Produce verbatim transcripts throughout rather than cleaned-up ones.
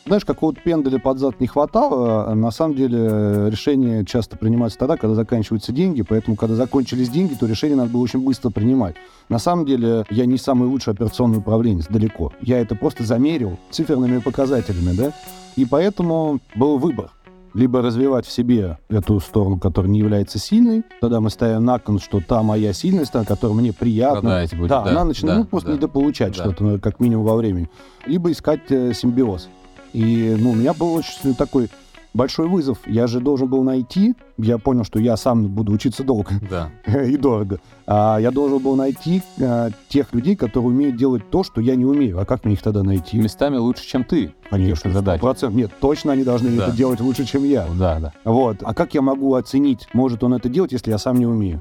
Знаешь, какого-то пенделя под зад не хватало. На самом деле решение часто принимается тогда, когда заканчиваются деньги, поэтому, когда закончились деньги, то решение надо было очень быстро принимать. На самом деле, я не самый лучший операционный управленец, далеко. Я это просто замерил циферными показателями, да, и поэтому был выбор. Либо развивать в себе эту сторону, которая не является сильной, тогда мы ставим на кон, что та моя сильная сторона, которая мне приятна, будет, да, да, она начинает да, ну, просто да, недополучать да. что-то, как минимум во времени. Либо искать э, симбиоз. И ну, у меня был очень такой большой вызов. Я же должен был найти, я понял, что я сам буду учиться долго Да. и дорого, а я должен был найти а, тех людей, которые умеют делать то, что я не умею. А как мне их тогда найти? Местами лучше, чем ты. Конечно, сто процентов. Нет, точно они должны Да. это делать лучше, чем я. Да, да. Вот. А как я могу оценить, может он это делать, если я сам не умею?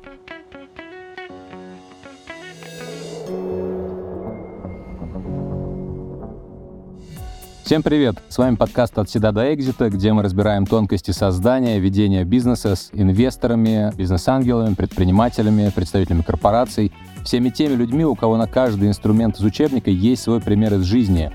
Всем привет! С вами подкаст «От седа до экзита», где мы разбираем тонкости создания, ведения бизнеса с инвесторами, бизнес-ангелами, предпринимателями, представителями корпораций, всеми теми людьми, у кого на каждый инструмент из учебника есть свой пример из жизни.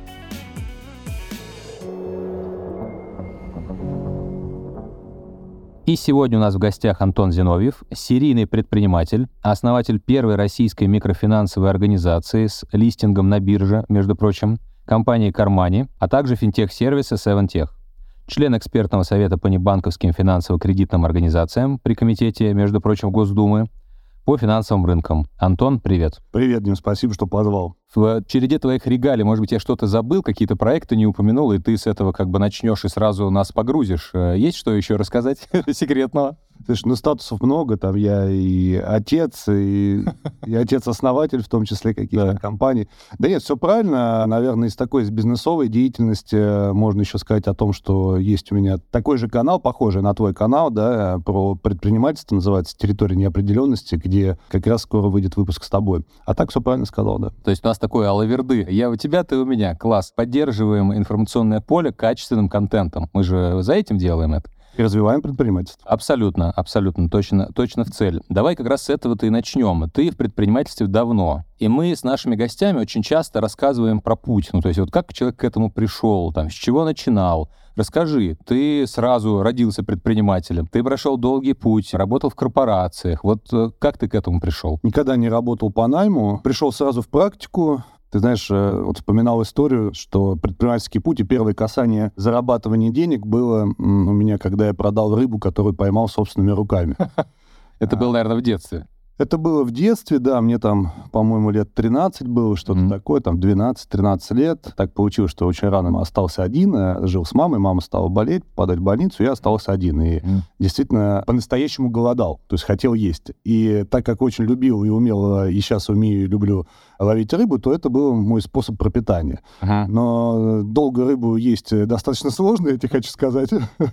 И сегодня у нас в гостях Антон Зиновьев, серийный предприниматель, основатель первой российской микрофинансовой организации с листингом на бирже, между прочим, компании Кармани, а также финтех-сервиса SevenTech. Член экспертного совета по небанковским финансово-кредитным организациям при комитете, между прочим, Госдумы по финансовым рынкам. Антон, привет. Привет, Дим, спасибо, что позвал. В череде твоих регалий, может быть, я что-то забыл, какие-то проекты не упомянул, и ты с этого как бы начнешь и сразу нас погрузишь. Есть что еще рассказать секретного? Слушай, ну статусов много, там я и отец, и, и отец-основатель, в том числе каких-то Да. компаний. Да нет, все правильно. Наверное, из такой, из бизнесовой деятельности можно еще сказать о том, что есть у меня такой же канал, похожий на твой канал, да, про предпринимательство, называется «Территория неопределенности», где как раз скоро выйдет выпуск с тобой. А так все правильно сказал, да. То есть у нас такое алаверды. Я у тебя, ты у меня. Класс. Поддерживаем информационное поле качественным контентом. Мы же за этим делаем это. И развиваем предпринимательство. Абсолютно, абсолютно, точно, точно в цель. Давай как раз с этого-то и начнем. Ты в предпринимательстве давно, и мы с нашими гостями очень часто рассказываем про путь. Ну, то есть вот как человек к этому пришел, там, с чего начинал. Расскажи, ты сразу родился предпринимателем, ты прошел долгий путь, работал в корпорациях. Вот как ты к этому пришел? Никогда не работал по найму, пришел сразу в практику. Ты знаешь, вот вспоминал историю, что предпринимательский путь и первое касание зарабатывания денег было у меня, когда я продал рыбу, которую поймал собственными руками. Это было, наверное, в детстве. Это было в детстве, да, мне там, по-моему, лет тринадцать было, что-то mm-hmm. такое, там двенадцать-тринадцать лет. Так получилось, что очень рано остался один, я жил с мамой, мама стала болеть, попадать в больницу, я остался один. И mm-hmm. действительно по-настоящему голодал, то есть хотел есть. И так как очень любил и умел, и сейчас умею и люблю ловить рыбу, то это был мой способ пропитания. Uh-huh. Но долго рыбу есть достаточно сложно, я тебе хочу сказать.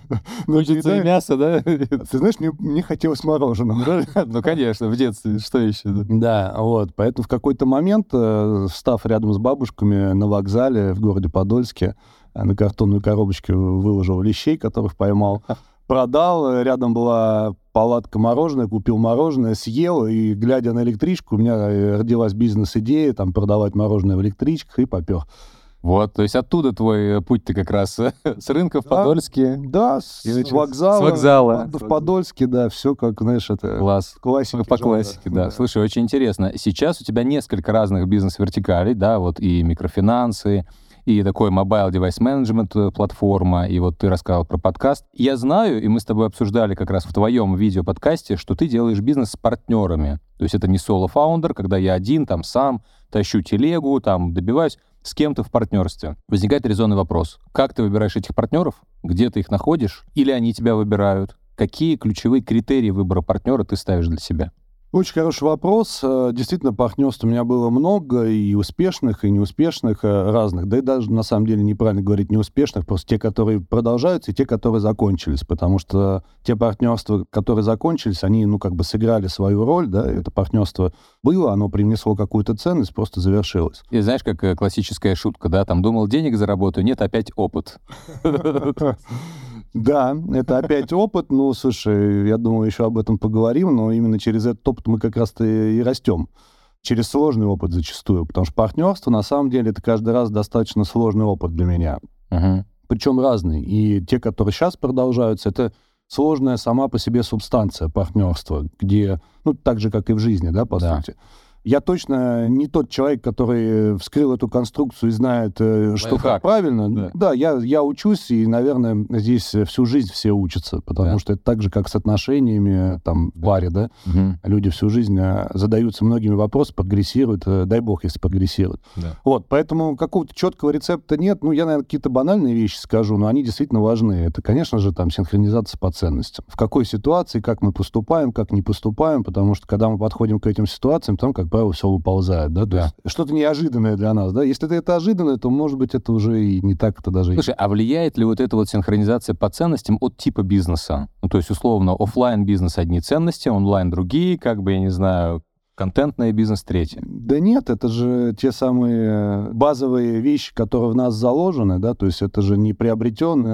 Хочется и мясо, да? Ты знаешь, мне, мне хотелось мороженого. Ну, конечно, в детстве, что еще? Да, вот, поэтому в какой-то момент, встав рядом с бабушками на вокзале в городе Подольске, на картонную коробочку выложил лещей, которых поймал, продал, рядом была палатка мороженое, купил мороженое, съел, и, глядя на электричку, у меня родилась бизнес-идея, там, продавать мороженое в электричках, и попер. Вот, то есть оттуда твой путь-то как раз с рынка в да, Подольске. Да, с, с вокзала. С вокзала. В Подольске, да, все как, знаешь, это... Класс. Классика. По классике, да. да. Слушай, очень интересно. Сейчас у тебя несколько разных бизнес-вертикалей, да, вот и микрофинансы, и такой mobile device management платформа, и вот ты рассказал про подкаст. Я знаю, и мы с тобой обсуждали как раз в твоем видеоподкасте, что ты делаешь бизнес с партнерами. То есть это не соло-фаундер, когда я один, там, сам тащу телегу, там, добиваюсь, с кем-то в партнерстве. Возникает резонный вопрос. Как ты выбираешь этих партнеров? Где ты их находишь? Или они тебя выбирают? Какие ключевые критерии выбора партнера ты ставишь для себя? Очень хороший вопрос. Действительно, партнерств у меня было много, и успешных, и неуспешных, разных. Да и даже, на самом деле, неправильно говорить неуспешных, просто те, которые продолжаются, и те, которые закончились. Потому что те партнерства, которые закончились, они, ну, как бы сыграли свою роль, да, это партнерство было, оно принесло какую-то ценность, просто завершилось. И знаешь, как классическая шутка, да, там, думал, денег заработаю, нет, опять опыт. Да, это опять опыт. Ну, слушай, я думаю, еще об этом поговорим, но именно через этот опыт мы как раз-то и растем. Через сложный опыт зачастую, потому что партнерство, на самом деле, это каждый раз достаточно сложный опыт для меня. Uh-huh. причем разные. И те, которые сейчас продолжаются, это сложная сама по себе субстанция партнерства, где, ну, так же, как и в жизни, да, по да. сути. Я точно не тот человек, который вскрыл эту конструкцию и знает, что как правильно. Да, да я, я учусь, и, наверное, здесь всю жизнь все учатся, потому да. что это так же, как с отношениями там, в паре, да. Угу. Люди всю жизнь задаются многими вопросами, прогрессируют, дай бог, если прогрессируют. Да. Вот, поэтому какого-то четкого рецепта нет. Ну, я, наверное, какие-то банальные вещи скажу, но они действительно важны. Это, конечно же, там, синхронизация по ценностям. В какой ситуации, как мы поступаем, как не поступаем, потому что, когда мы подходим к этим ситуациям, там, как правило, все выползает, да, да. что-то неожиданное для нас, да, если это ожиданное, то, может быть, это уже и не так это даже... Слушай, а влияет ли вот эта вот синхронизация по ценностям от типа бизнеса? Ну, то есть, условно, офлайн бизнес одни ценности, онлайн другие, как бы, я не знаю, контентный бизнес третий? Да нет, это же те самые базовые вещи, которые в нас заложены, да, то есть это же не приобретенные,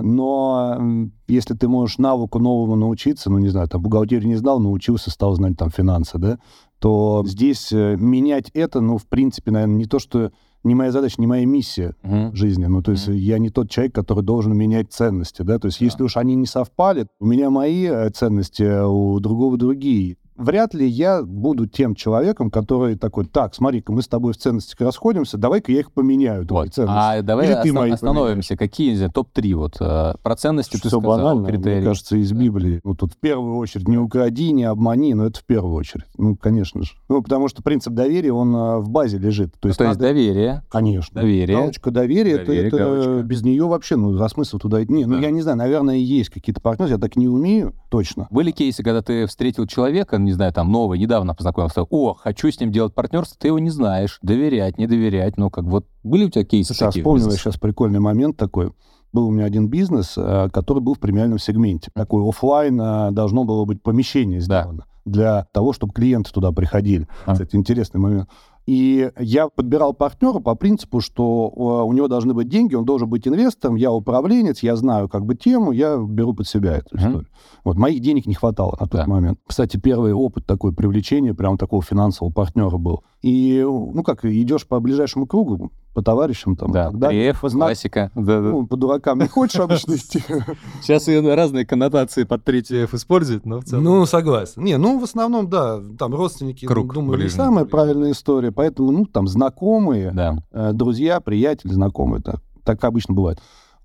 но если ты можешь навыку новому научиться, ну, не знаю, там, бухгалтерию не знал, научился, стал знать там финансы, да, то здесь менять это, ну, в принципе, наверное, не то, что не моя задача, не моя миссия uh-huh. в жизни. Ну, то есть uh-huh. я не тот человек, который должен менять ценности, да, то есть yeah. если уж они не совпали, у меня мои ценности, а у другого другие. Вряд ли я буду тем человеком, который такой, так, смотри-ка, мы с тобой в ценностях расходимся, давай-ка я их поменяю, твои вот. ценности. А давай Или ты останов- мои остановимся. Поменяешь. Какие, не знаю, топ три вот э, про ценности ты сказал, банально, критерии? Мне кажется, из Библии. Ну, тут в первую очередь не укради, не обмани, но это в первую очередь. Ну, конечно же. Ну, потому что принцип доверия, он а, в базе лежит. То есть, ну, то есть надо... доверие. Конечно. Доверие. Галочка доверия, доверие, это, это без нее вообще, ну, за смысл туда идти. Не, ну, да. я не знаю, наверное, есть какие-то партнеры, я так не умею, точно. Были кейсы, когда ты встретил человека, не знаю, там, новый, недавно познакомился, о, хочу с ним делать партнерство, ты его не знаешь, доверять, не доверять, ну, как вот, были у тебя кейсы Слушай, такие? Вспомнил я сейчас прикольный момент такой. Был у меня один бизнес, который был в премиальном сегменте. Такой офлайн должно было быть помещение сделано да. для того, чтобы клиенты туда приходили. А. Кстати, интересный момент. И я подбирал партнера по принципу, что у него должны быть деньги, он должен быть инвестором, я управленец, я знаю как бы тему, я беру под себя эту историю. Uh-huh. Вот, моих денег не хватало на тот да. момент. Кстати, первый опыт такой привлечения прям такого финансового партнера был. И, ну как, идешь по ближайшему кругу, по товарищам там. Да, три эф, позна... классика. Да, да. Ну, по дуракам не хочешь обычно идти. Сейчас разные коннотации под три эф используют, но в целом... Ну, согласен. Не, ну, в основном, да, там родственники, думаю, не самая правильная история, поэтому, ну, там, знакомые, да. э, друзья, приятели, знакомые, так, так обычно бывает.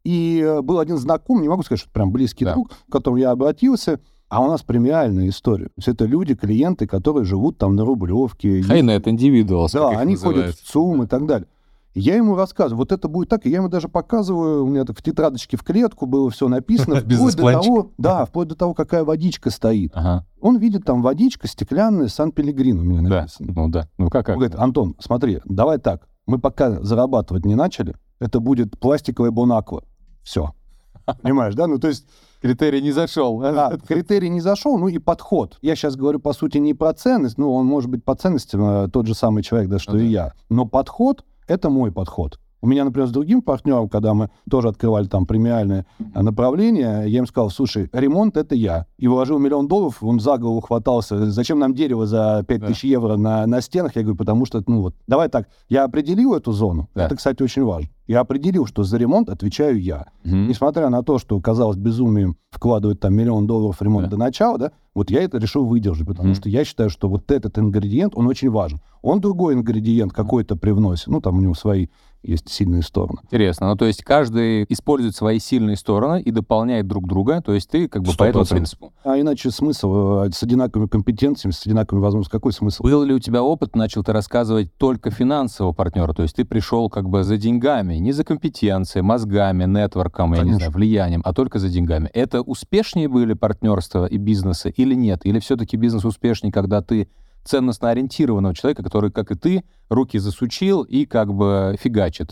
И э, был один знакомый, не могу сказать, что прям близкий да. друг, к которому я обратился, а у нас премиальная история. То есть это люди, клиенты, которые живут там на Рублевке. Хайнет, индивидуалс, да, они называют. Ходят в ЦУМ и так далее. Я ему рассказываю, вот это будет так, и я ему даже показываю, у меня так в тетрадочке в клетку было все написано, вплоть до того, да, вплоть до того, какая водичка стоит. Ага. Он видит там водичка стеклянная, Сан-Пелегрин у меня написано. Да, ну да, ну как? Он говорит, Антон, смотри, давай так, мы пока зарабатывать не начали, это будет пластиковая Бонаква. Все. Понимаешь, да? Ну то есть... Критерий не зашел. Да, критерий не зашел, ну и подход. Я сейчас говорю, по сути, не про ценность, ну он может быть по ценностям тот же самый человек, да, что ну, и да. я. Но подход — это мой подход. У меня, например, с другим партнером, когда мы тоже открывали там премиальное направление, я им сказал, слушай, ремонт — это я. И вложил миллион долларов, он за голову хватался. Зачем нам дерево за пять тысяч да. евро на, на стенах? Я говорю, потому что, ну вот, давай так, я определил эту зону. Да. Это, кстати, очень важно. Я определил, что за ремонт отвечаю я. Mm-hmm. Несмотря на то, что казалось безумием вкладывать там миллион долларов в ремонт yeah. до начала, да, вот я это решил выдержать, потому mm-hmm. что я считаю, что вот этот ингредиент, он очень важен. Он другой ингредиент какой-то привносит, ну, там у него свои есть сильные стороны. Интересно. Ну, то есть каждый использует свои сильные стороны и дополняет друг друга, то есть ты как бы сто процентов по этому принципу. А иначе смысл с одинаковыми компетенциями, с одинаковыми возможностями, какой смысл? Был ли у тебя опыт, начал ты рассказывать только финансового партнера, то есть ты пришел как бы за деньгами, не за компетенцией, мозгами, нетворком, я не знаю, влиянием, а только за деньгами. Это успешнее были партнерства и бизнесы или нет? Или все-таки бизнес успешнее, когда ты ценностно ориентированного человека, который, как и ты, руки засучил и как бы фигачит?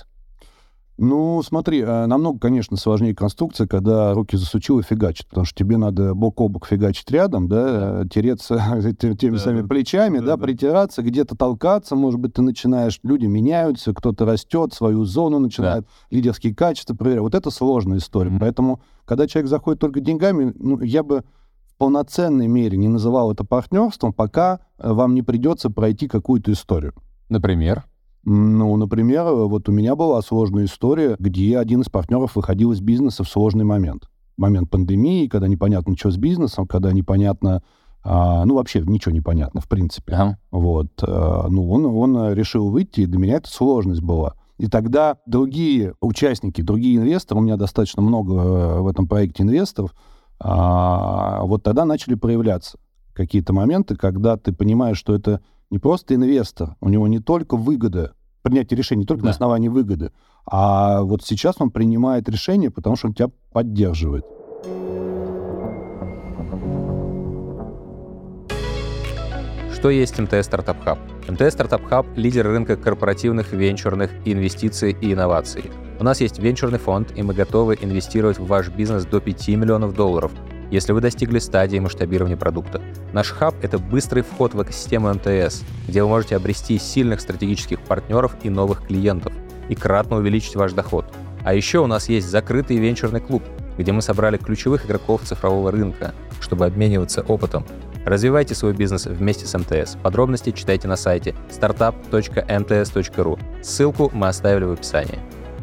Ну, смотри, намного, конечно, сложнее конструкция, когда руки засучил и фигачит, потому что тебе надо бок о бок фигачить рядом, да, тереться теми да, самыми плечами, да, да, да, притираться, где-то толкаться, может быть, ты начинаешь, люди меняются, кто-то растет, свою зону начинает, да. лидерские качества проверять. Вот это сложная история. Mm-hmm. Поэтому, когда человек заходит только деньгами, ну, я бы в полноценной мере не называл это партнерством, пока вам не придется пройти какую-то историю. Например? Ну, например, вот у меня была сложная история, где один из партнеров выходил из бизнеса в сложный момент. Момент пандемии, когда непонятно, что с бизнесом, когда непонятно, а, ну, вообще ничего не понятно, в принципе. Ага. Вот. А, ну, он, он решил выйти, и для меня это сложность была. И тогда другие участники, другие инвесторы, у меня достаточно много в этом проекте инвесторов, а, вот тогда начали проявляться какие-то моменты, когда ты понимаешь, что это не просто инвестор, у него не только выгода, принятие решений не только да. на основании выгоды, а вот сейчас он принимает решение, потому что он тебя поддерживает. Что есть эм тэ эс Startup Hub? эм тэ эс Startup Hub — лидер рынка корпоративных, венчурных инвестиций и инноваций. У нас есть венчурный фонд, и мы готовы инвестировать в ваш бизнес до пяти миллионов долларов, если вы достигли стадии масштабирования продукта. Наш хаб — это быстрый вход в экосистему эм тэ эс, где вы можете обрести сильных стратегических партнеров и новых клиентов, и кратно увеличить ваш доход. А еще у нас есть закрытый венчурный клуб, где мы собрали ключевых игроков цифрового рынка, чтобы обмениваться опытом. Развивайте свой бизнес вместе с эм тэ эс. Подробности читайте на сайте стартап точка эм тэ эс точка ру. Ссылку мы оставили в описании.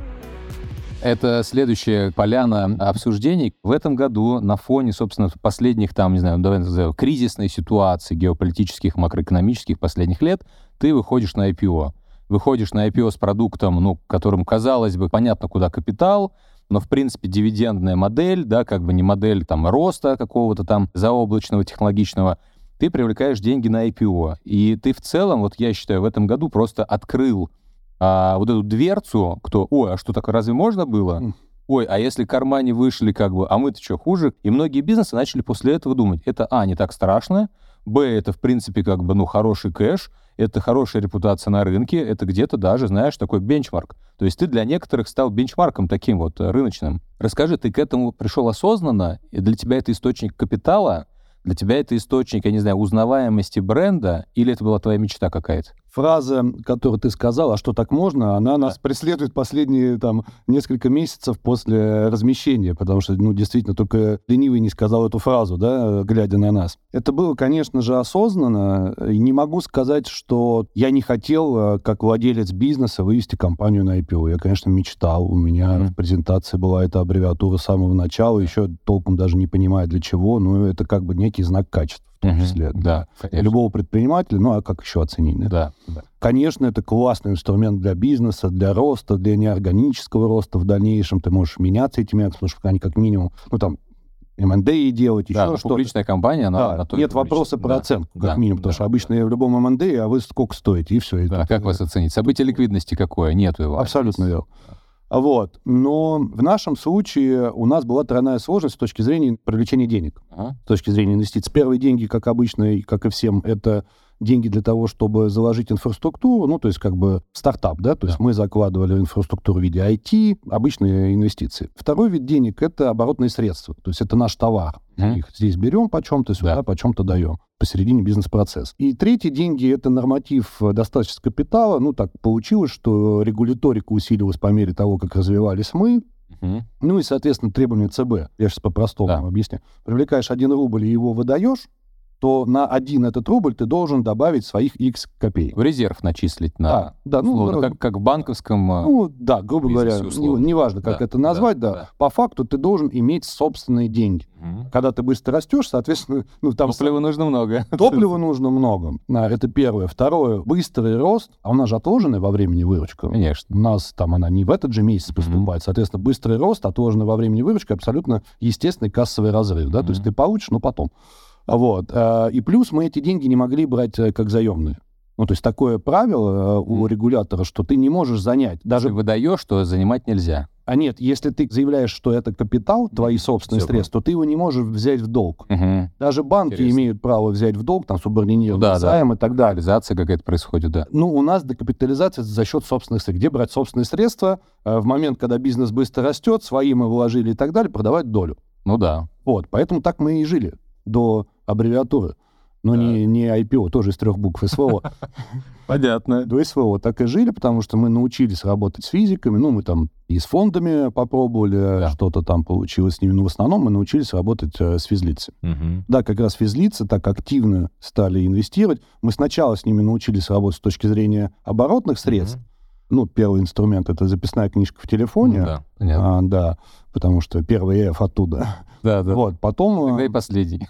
Это следующая поляна обсуждений. В этом году на фоне, собственно, последних, там, не знаю, давай назовем, кризисной ситуации геополитических, макроэкономических последних лет, ты выходишь на ай пи о. Выходишь на ай пи о с продуктом, ну, которым, казалось бы, понятно, куда капитал, но, в принципе, дивидендная модель, да, как бы не модель там роста какого-то там заоблачного, технологичного, ты привлекаешь деньги на ай пи о. И ты в целом, вот я считаю, в этом году просто открыл а, вот эту дверцу, кто, ой, а что, так разве можно было? Ой, а если кармане вышли, как бы, а мы-то что, хуже? И многие бизнесы начали после этого думать, это, а, не так страшно, б, это, в принципе, как бы, ну, хороший кэш, это хорошая репутация на рынке, это где-то даже, знаешь, такой бенчмарк. То есть ты для некоторых стал бенчмарком таким вот рыночным. Расскажи, ты к этому пришел осознанно, и для тебя это источник капитала, для тебя это источник, я не знаю, узнаваемости бренда, или это была твоя мечта какая-то? Фраза, которую ты сказал, а что так можно, она нас преследует последние там несколько месяцев после размещения, потому что, ну, действительно, только ленивый не сказал эту фразу, да, глядя на нас. Это было, конечно же, осознанно, и не могу сказать, что я не хотел, как владелец бизнеса, вывести компанию на ай пи о. Я, конечно, мечтал, у меня mm-hmm. в презентации была эта аббревиатура с самого начала, еще толком даже не понимаю для чего, но это как бы некий знак качества. В том числе, mm-hmm. да, конечно. Любого предпринимателя, ну, а как еще оценить? Да? Да, да. Конечно, это классный инструмент для бизнеса, для роста, для неорганического роста в дальнейшем. Ты можешь меняться этими акциями, потому что они как минимум, ну, там, эм энд эй делать, еще да, что-то. Публичная компания, она... Да, она нет вопроса про да. оценку, как да, минимум, да, потому да, что обычно да. в любом эм энд эй, а вы сколько стоите, и все. И да, тут, как вас оценить? Событие ликвидности какое? Нету его. Абсолютно верно. Вот. Но в нашем случае у нас была тройная сложность с точки зрения привлечения денег, ага. с точки зрения инвестиций. Первые деньги, как обычно, и как и всем, это деньги для того, чтобы заложить инфраструктуру, ну, то есть как бы стартап, да, то да. есть мы закладывали инфраструктуру в виде ай ти, обычные инвестиции. Второй вид денег — это оборотные средства, то есть это наш товар. Mm-hmm. Их здесь берем почем-то, сюда да. почем-то даем. Посередине бизнес-процесс. И третий деньги — это норматив достаточности капитала. Ну, так получилось, что регуляторика усилилась по мере того, как развивались мы. Uh-huh. Ну и, соответственно, требования ЦБ. Я сейчас по-простому да. объясню. Привлекаешь один рубль и его выдаешь, то на один этот рубль ты должен добавить своих X копеек. В резерв начислить на... Да, да. Ну, условно, как, как в банковском... Ну, да, грубо говоря, ну, неважно, как да, это назвать, да, да. да. По факту ты должен иметь собственные деньги. Угу. Когда ты быстро растешь, соответственно... Ну, там топлива нужно много. Топлива нужно много. Это первое. Второе. Быстрый рост. А у нас же отложенная во времени выручка. Конечно. У нас там она не в этот же месяц поступает. Угу. Соответственно, быстрый рост, отложенная во времени выручка, абсолютно естественный кассовый разрыв. Да? Угу. То есть ты получишь, но потом. Вот. И плюс мы эти деньги не могли брать как заемные. Ну, то есть такое правило у регулятора, что ты не можешь занять. Даже ты выдаешь, что занимать нельзя. А нет, если ты заявляешь, что это капитал, твои собственные Все средства, то ты его не можешь взять в долг. Угу. Даже банки Интересно. имеют право взять в долг, там, субординированный ну, да, займ да. и так далее. Капитализация какая-то происходит, да. Ну, у нас декапитализация за счет собственных средств. Где брать собственные средства? В момент, когда бизнес быстро растет, свои мы вложили и так далее, продавать долю. Ну да. Вот, поэтому так мы и жили до аббревиатуры. Но да. не, не ай пи о, тоже из трех букв СВО. Понятно. До СВО так и жили, потому что мы научились работать с физиками. Ну, мы там и с фондами попробовали, да. что-то там получилось с ними. Но в основном мы научились работать э, с физлицами. Угу. Да, как раз физлицы так активно стали инвестировать. Мы сначала с ними научились работать с точки зрения оборотных средств, угу. Ну, первый инструмент — это записная книжка в телефоне. Ну, да, понятно. А, да, потому что первый F оттуда. Да, да. Вот, потом... Да и последний.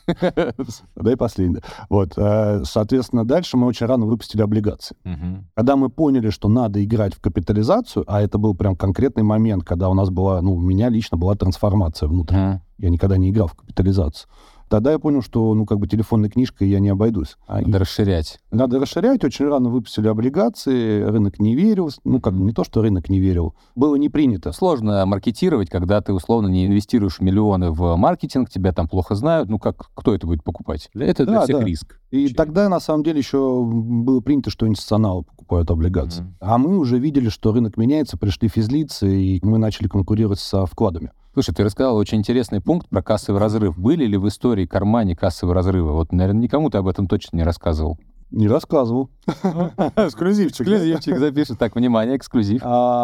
Да и последний. Вот, соответственно, дальше мы очень рано выпустили облигации. Угу. Когда мы поняли, что надо играть в капитализацию, а это был прям конкретный момент, когда у нас была, ну, у меня лично была трансформация внутренняя. Угу. Я никогда не играл в капитализацию. Тогда я понял, что, ну, как бы телефонной книжкой я не обойдусь. Надо и... расширять. Надо расширять. Очень рано выпустили облигации, рынок не верил. Ну, как не то, что рынок не верил. Было не принято. Сложно маркетировать, когда ты, условно, не инвестируешь миллионы в маркетинг, тебя там плохо знают. Ну, как, кто это будет покупать? Это для да, всех да. риск. И Очень. Тогда, на самом деле, еще было принято, что институционалы покупают облигации. Mm-hmm. А мы уже видели, что рынок меняется, пришли физлицы, и мы начали конкурировать со вкладами. Слушай, ты рассказал очень интересный пункт про кассовый разрыв. Были ли в истории кармане кассовые разрывы? Вот, наверное, никому ты об этом точно не рассказывал. Не рассказывал. Эксклюзивчик. Эксклюзивчик запишет. Так, внимание, эксклюзив.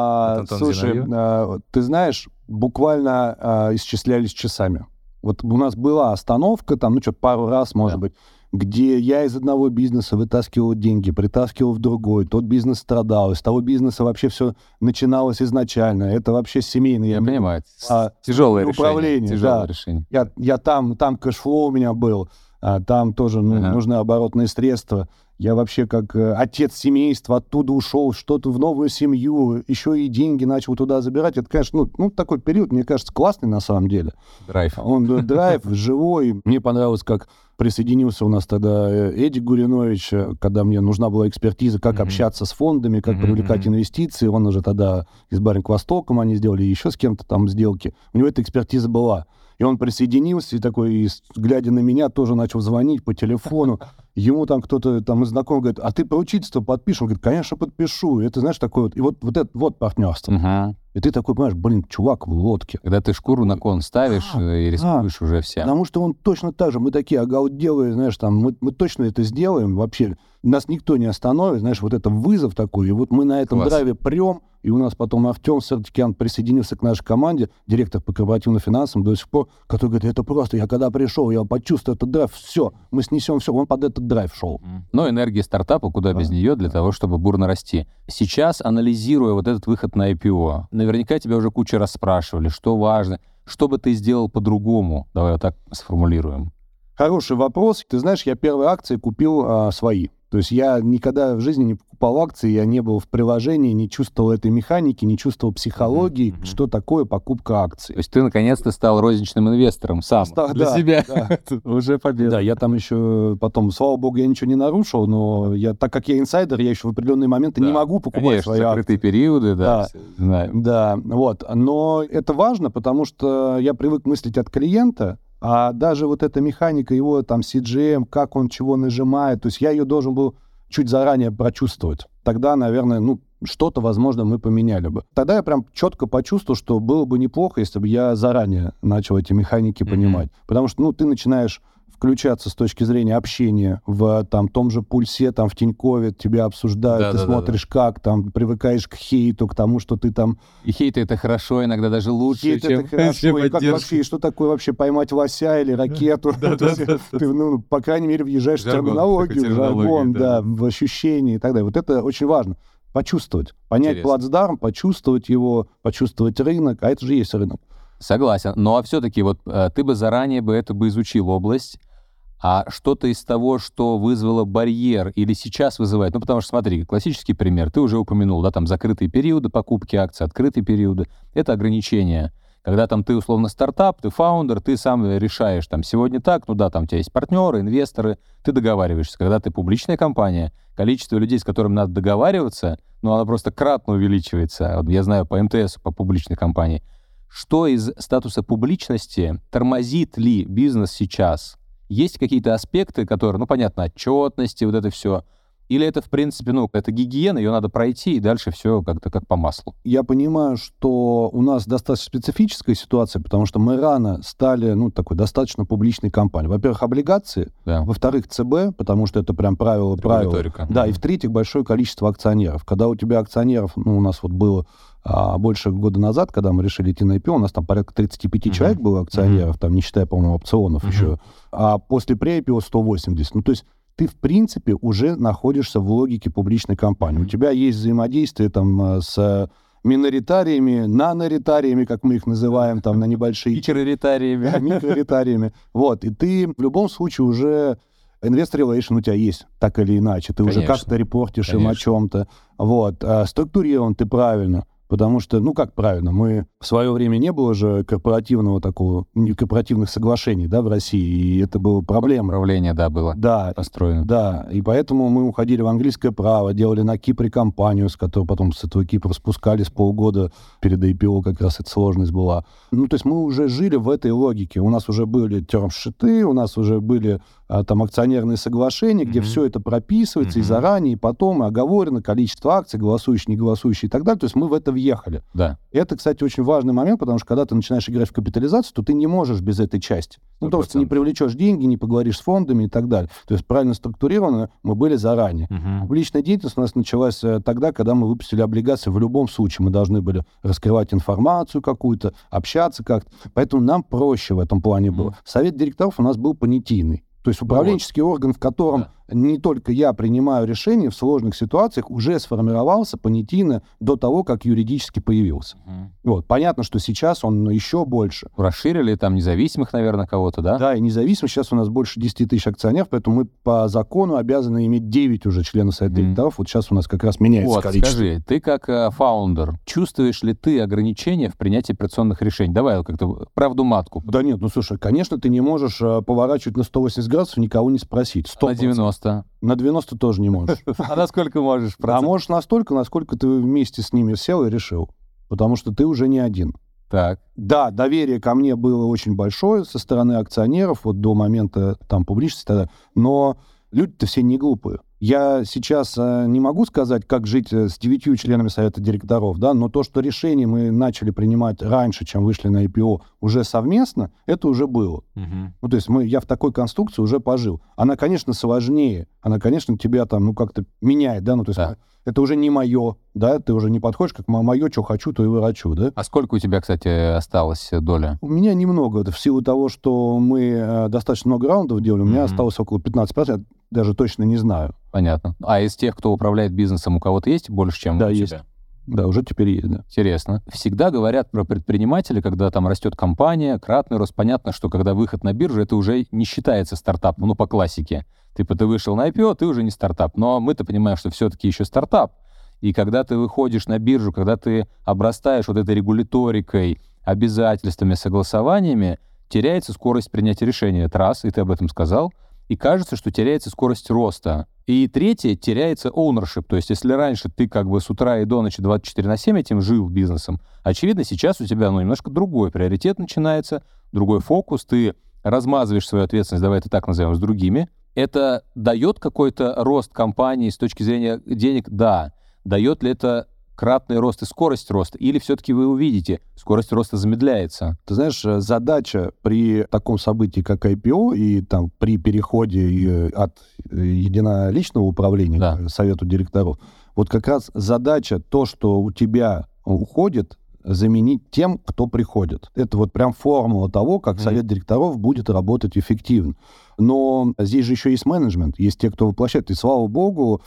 Слушай, ты знаешь, буквально исчислялись часами. Вот у нас была остановка, там, ну, что-то пару раз, может быть, где я из одного бизнеса вытаскивал деньги, притаскивал в другой, тот бизнес страдал, из того бизнеса вообще все начиналось изначально. Это вообще семейное... Я понимаю. А, тяжелое управление, решение. Тяжелое да. решение. Я, я там, там кэшфлоу у меня был, а, там тоже ну, ага. нужны оборотные средства. Я вообще как э, отец семейства оттуда ушел, что-то в новую семью, еще и деньги начал туда забирать. Это, конечно, ну, ну такой период, мне кажется, классный на самом деле. Драйв. Он драйв, живой. Мне понравилось, как присоединился у нас тогда Эдик Гуринович, когда мне нужна была экспертиза, как mm-hmm. общаться с фондами, как mm-hmm. привлекать инвестиции. Он уже тогда и с Баринг Востоком они сделали, еще с кем-то там сделки. У него эта экспертиза была. И он присоединился, и такой, и, глядя на меня, тоже начал звонить по телефону. Ему там кто-то там из знакомых говорит, а ты поручительство подпишешь? Он говорит, конечно, подпишу. И это, знаешь, такое вот, и вот, вот это вот партнерство. Uh-huh. И ты такой, понимаешь, блин, чувак в лодке. Когда ты шкуру на кон ставишь а, и рискуешь а, уже всем. Потому что он точно так же, мы такие, ага, вот делаем, знаешь, там, мы, мы точно это сделаем, вообще, нас никто не остановит, знаешь, вот это вызов такой, и вот мы на этом Класс. драйве прем, и у нас потом Артем Сардикян присоединился к нашей команде, директор по корпоративным финансам до сих пор, который говорит, это просто, я когда пришел, я почувствовал этот драйв, все, мы снесем все, он под этот драйв шел. Но энергия стартапа, куда да. без нее, для того, чтобы бурно расти. Сейчас, анализируя вот этот выход на ай пи о, наверняка тебя уже куча раз спрашивали, что важно, что бы ты сделал по-другому, давай вот так сформулируем. Хороший вопрос. Ты знаешь, я первые акции купил а, свои. То есть я никогда в жизни не покупал акции, я не был в приложении, не чувствовал этой механики, не чувствовал психологии, mm-hmm. что такое покупка акций. То есть ты наконец-то стал розничным инвестором сам, Стал, для да, себя. Да. Уже победа. Да, я там еще потом, слава богу, я ничего не нарушил, но я, так как я инсайдер, я еще в определенные моменты да. не могу покупать Конечно, свои закрытые акции. периоды, да, Да, знаем. Да, вот. Но это важно, потому что я привык мыслить от клиента, а даже вот эта механика его там си джи эм, как он чего нажимает, то есть я ее должен был чуть заранее прочувствовать. Тогда, наверное, ну, что-то, возможно, мы поменяли бы. Тогда я прям четко почувствовал, что было бы неплохо, если бы я заранее начал эти механики mm-hmm. понимать. Потому что, ну, ты начинаешь включаться с точки зрения общения в там, том же Пульсе, там, в Тинькове, тебя обсуждают, да, ты да, смотришь, да, да. как, там, привыкаешь к хейту, к тому, что ты там... И хейт — это хорошо, иногда даже лучше, хейт чем... это хорошо, и как вообще, и что такое вообще поймать лося или ракету? Ты, ну, по крайней мере, въезжаешь в терминологию, в жаргон, да, в ощущения и так далее. Вот это очень важно. Почувствовать, понять плацдарм, почувствовать его, почувствовать рынок, а это же есть рынок. Согласен. Ну, а все-таки вот ты бы заранее бы это бы изучил область, а что-то из того, что вызвало барьер или сейчас вызывает, ну, потому что, смотри, классический пример, ты уже упомянул, да, там закрытые периоды покупки акций, открытые периоды, это ограничения. Когда там ты, условно, стартап, ты фаундер, ты сам решаешь, там, сегодня так, ну да, там у тебя есть партнеры, инвесторы, ты договариваешься. Когда ты публичная компания, количество людей, с которыми надо договариваться, ну, оно просто кратно увеличивается. Вот я знаю по эм тэ эс, по публичной компании. Что из статуса публичности тормозит ли бизнес сейчас? Есть какие-то аспекты, которые, ну, понятно, отчетности, вот это все, или это, в принципе, ну, это гигиена, ее надо пройти, и дальше все как-то как по маслу? Я понимаю, что у нас достаточно специфическая ситуация, потому что мы рано стали, ну, такой достаточно публичной компанией. Во-первых, облигации, да. Во-вторых, ЦБ, потому что это прям правило, правило. Да, mm-hmm. И в-третьих, большое количество акционеров. Когда у тебя акционеров, ну, у нас вот было а, больше года назад, когда мы решили идти на ай пи о, у нас там порядка тридцать пять mm-hmm. человек было акционеров, mm-hmm. там, не считая, по-моему, опционов mm-hmm. еще, а после pre-ай пи о сто восемьдесят. Ну, то есть ты, в принципе, уже находишься в логике публичной компании. У тебя есть взаимодействие там с миноритариями, наноритариями, как мы их называем, там, на небольшие... Микроритариями. Микроритариями. Вот, и ты в любом случае уже... Investor Relation у тебя есть, так или иначе. Ты Конечно. уже как-то репортишь им Конечно. о чем-то. Вот. А структурирован ты правильно. Потому что, ну как правильно, мы в свое время не было же корпоративного такого, не корпоративных соглашений, да, в России, и это была проблема. Управление, да, было Да, построено. да, и поэтому мы уходили в английское право, делали на Кипре компанию, с которой потом с этого Кипра спускались полгода перед ай пи о, как раз эта сложность была. Ну, то есть мы уже жили в этой логике. У нас уже были термшиты, у нас уже были а, там акционерные соглашения, где mm-hmm. все это прописывается mm-hmm. и заранее, и потом, и оговорено количество акций, голосующие, не голосующие и так далее. То есть мы в это въехали. Да. Это, кстати, очень важный момент, потому что когда ты начинаешь играть в капитализацию, то ты не можешь без этой части. Ну, потому что ты не привлечешь деньги, не поговоришь с фондами и так далее. То есть правильно структурировано мы были заранее. Uh-huh. Публичная деятельность у нас началась тогда, когда мы выпустили облигации. В любом случае мы должны были раскрывать информацию какую-то, общаться как-то. Поэтому нам проще в этом плане uh-huh. было. Совет директоров у нас был понятийный. То есть управленческий вот. орган, в котором да. не только я принимаю решения в сложных ситуациях, уже сформировался понятийно до того, как юридически появился. Угу. Вот. Понятно, что сейчас он еще больше. Расширили там независимых, наверное, кого-то, да? Да, и независимых. Сейчас у нас больше десять тысяч акционеров, поэтому мы по закону обязаны иметь девять уже членов Совета угу. директоров. Вот сейчас у нас как раз меняется вот, количество. Скажи, ты как э, фаундер, чувствуешь ли ты ограничения в принятии операционных решений? Давай как-то правду матку. Да нет, ну слушай, конечно, ты не можешь э, поворачивать на сто восемьдесят градусов, никого не спросить. сто процентов. На девяносто. На девяносто тоже не можешь. А насколько можешь? А можешь настолько, насколько ты вместе с ними сел и решил. Потому что ты уже не один. Так. Да, доверие ко мне было очень большое со стороны акционеров, вот до момента там публичности тогда, но люди-то все не глупые. Я сейчас э, не могу сказать, как жить с девятью членами Совета директоров, да, но то, что решения мы начали принимать раньше, чем вышли на ай пи о, уже совместно, это уже было. Угу. Ну, то есть мы, я в такой конструкции уже пожил. Она, конечно, сложнее, она, конечно, тебя там, ну, как-то меняет, да, ну, то есть да. это уже не мое, да, ты уже не подходишь, как мое, что хочу, то и вырачу, да. А сколько у тебя, кстати, осталось доля? У меня немного, это в силу того, что мы э, достаточно много раундов делали, у меня mm-hmm. осталось около пятнадцать процентов, я даже точно не знаю. Понятно. А из тех, кто управляет бизнесом, у кого-то есть больше, чем да, у есть. тебя? Да, уже теперь есть, да. Интересно. Всегда говорят про предпринимателей, когда там растет компания, кратный рост. Понятно, что когда выход на биржу, это уже не считается стартапом, ну, по классике. Типа ты вышел на ай пи о, ты уже не стартап. Но мы-то понимаем, что все-таки еще стартап. И когда ты выходишь на биржу, когда ты обрастаешь вот этой регуляторикой, обязательствами, согласованиями, теряется скорость принятия решения. Это раз, и ты об этом сказал. И кажется, что теряется скорость роста. И третье, теряется ownership. То есть если раньше ты как бы с утра и до ночи двадцать четыре на семь этим жил бизнесом, очевидно, сейчас у тебя ну, немножко другой приоритет начинается, другой фокус, ты размазываешь свою ответственность, давай это так назовем, с другими. Это дает какой-то рост компании с точки зрения денег? Да. Дает ли это кратный рост и скорость роста? Или все-таки вы увидите, скорость роста замедляется? Ты знаешь, задача при таком событии, как ай пи о, и там при переходе от единоличного управления да. к Совету директоров, вот как раз задача то, что у тебя уходит, заменить тем, кто приходит. Это вот прям формула того, как mm-hmm. Совет директоров будет работать эффективно. Но здесь же еще есть менеджмент, есть те, кто воплощает. И, слава богу,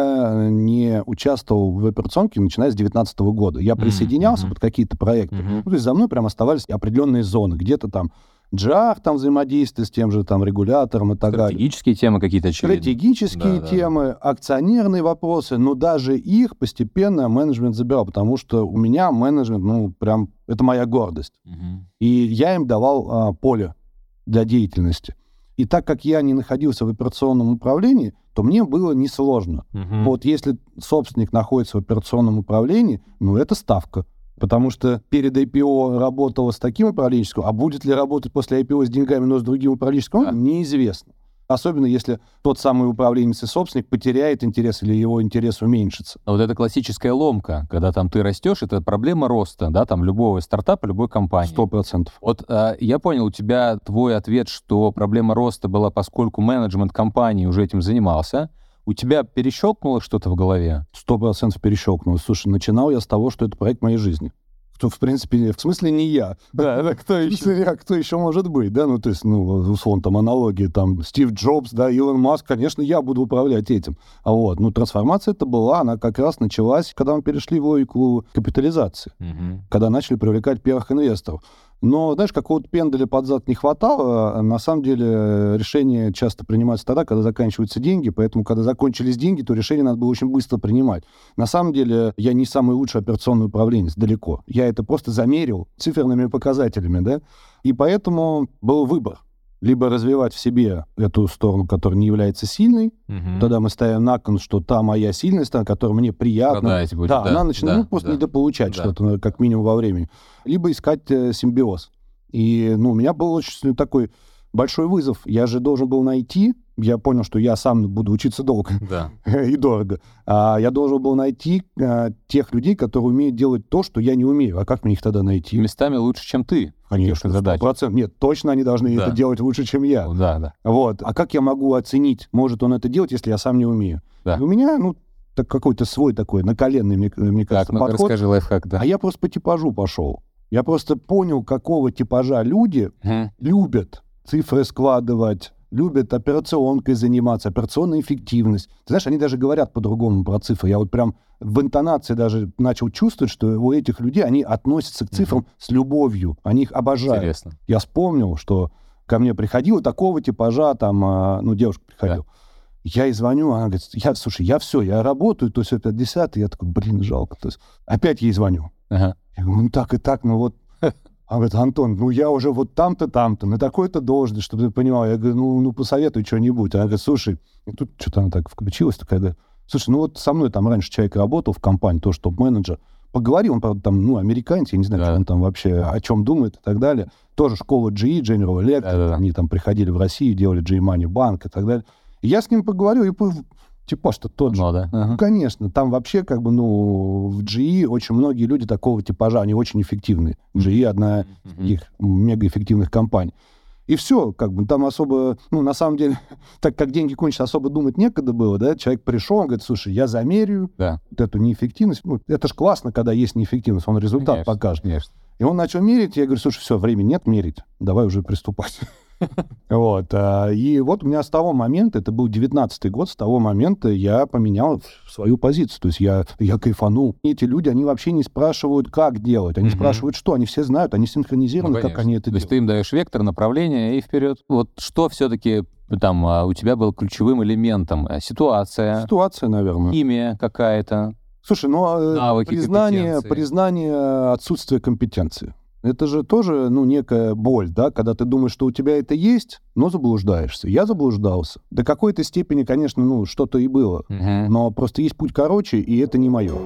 я не участвовал в операционке, начиная с две тысячи девятнадцатого года. Я присоединялся mm-hmm. под какие-то проекты. Mm-hmm. Ну, то есть за мной прям оставались определенные зоны. Где-то там джи ар, там взаимодействие с тем же там регулятором и так далее. Стратегические темы какие-то очевидно. Стратегические да, темы, да. акционерные вопросы, но даже их постепенно менеджмент забирал, потому что у меня менеджмент, ну, прям, это моя гордость. Угу. И я им давал а, поле для деятельности. И так как я не находился в операционном управлении, то мне было несложно. Угу. Вот если собственник находится в операционном управлении, ну, это ставка. Потому что перед ай пи о работала с таким управленческим, а будет ли работать после ай пи о с деньгами, но с другим управленческим, да. неизвестно. Особенно если тот самый управленец и собственник потеряет интерес или его интерес уменьшится. А вот это классическая ломка, когда там ты растешь, это проблема роста, да, там любого стартапа, любой компании. Сто процентов. Вот а, я понял, у тебя твой ответ, что проблема роста была, поскольку менеджмент компании уже этим занимался. У тебя перещелкнуло что-то в голове? Сто процентов перещелкнуло. Слушай, начинал я с того, что это проект моей жизни. Кто, в принципе, в смысле не я. Да, да, кто еще? В смысле, а кто еще может быть, да? Ну, то есть, ну, условно, там, аналогии, там, Стив Джобс, да, Илон Маск, конечно, я буду управлять этим. А вот, ну, трансформация это была, она как раз началась, когда мы перешли в логику капитализации, Угу. когда начали привлекать первых инвесторов. Но, знаешь, какого-то пенделя под зад не хватало. На самом деле решения часто принимаются тогда, когда заканчиваются деньги, поэтому, когда закончились деньги, то решение надо было очень быстро принимать. На самом деле я не самый лучший операционный управленец, далеко. Я это просто замерил циферными показателями, да, и поэтому был выбор. Либо развивать в себе эту сторону, которая не является сильной, Угу. тогда мы ставим на кон, что та моя сильная сторона, которая мне приятна, Продать будет, да, да, она начинает да, ну, просто да. недополучать Да. что-то, как минимум во времени. Либо искать э, симбиоз. И, ну, у меня был очень такой большой вызов. Я же должен был найти, я понял, что я сам буду учиться долго Да. и дорого, а я должен был найти а, тех людей, которые умеют делать то, что я не умею. А как мне их тогда найти? Местами лучше, чем ты. Конечно, задача. сто процентов. Нет, точно они должны Да. это делать лучше, чем я. Да, да. Вот. А как я могу оценить, может он это делать, если я сам не умею? Да. И у меня, ну, так какой-то свой такой, наколенный, мне, мне Так, кажется, ну подход. расскажи лайфхак, да. А я просто по типажу пошел. Я просто понял, какого типажа люди Мгм. любят цифры складывать, любят операционкой заниматься, операционная эффективность. Ты знаешь, они даже говорят по-другому про цифры. Я вот прям в интонации даже начал чувствовать, что у этих людей, они относятся к цифрам Мгм. с любовью, они их обожают. Интересно. Я вспомнил, что ко мне приходила такого типажа, там, а, ну, девушка приходила. Я ей звоню, она говорит, я, слушай, я все, я работаю, то все пятьдесят, и я такой, блин, жалко. То есть опять ей звоню. Ага. Я говорю, ну так и так, ну вот. Она говорит, Антон, ну я уже вот там-то, там-то, на такой-то должности, чтобы ты понимал. Я говорю, ну, ну посоветуй что-нибудь. Она говорит, слушай, и тут что-то она так включилась, такая, говорит, слушай, ну вот со мной там раньше человек работал в компании, тоже топ-менеджер. Поговорил, он, правда, там, ну, американец, я не знаю, Да. что он там вообще, о чем думает и так далее. Тоже школа джи и, General Electric, Да-да-да. они там приходили в Россию, делали джи и Money Bank и так далее. И я с ним поговорил, и по- типаж-то тот же. Ну, да. Ага. Ну, конечно, там вообще, как бы, ну, в джи и очень многие люди такого типажа, они очень эффективны. джи и одна из Мгм. таких мегаэффективных компаний. И все, как бы, там особо, ну, на самом деле, так как деньги кончились, особо думать некогда было, да, человек пришел, он говорит, слушай, я замерю Да. вот эту неэффективность, ну, это же классно, когда есть неэффективность, он результат Конечно, покажет. Конечно. И он начал мерить, я говорю, слушай, все, времени нет мерить, давай уже приступать. Вот. а, И вот у меня с того момента, это был девятнадцатый год, с того момента я поменял свою позицию. То есть я, я кайфанул. И эти люди, они вообще не спрашивают, как делать. Они Мгм. спрашивают, что. Они все знают, они Ну, синхронизированы, как конечно. они это То есть делают. ты им даешь вектор, направление и вперед. Вот что все-таки там а, у тебя был ключевым элементом? Э, Ситуация, Ситуация, наверное. имя какая-то. Слушай, ну, э, Навыки, признание, компетенции. признание отсутствия компетенции. Это же тоже, ну, некая боль, да, когда ты думаешь, что у тебя это есть, но заблуждаешься. Я заблуждался. До какой-то степени, конечно, ну, что-то и было. Мгм. Но просто есть путь короче, и это не мое.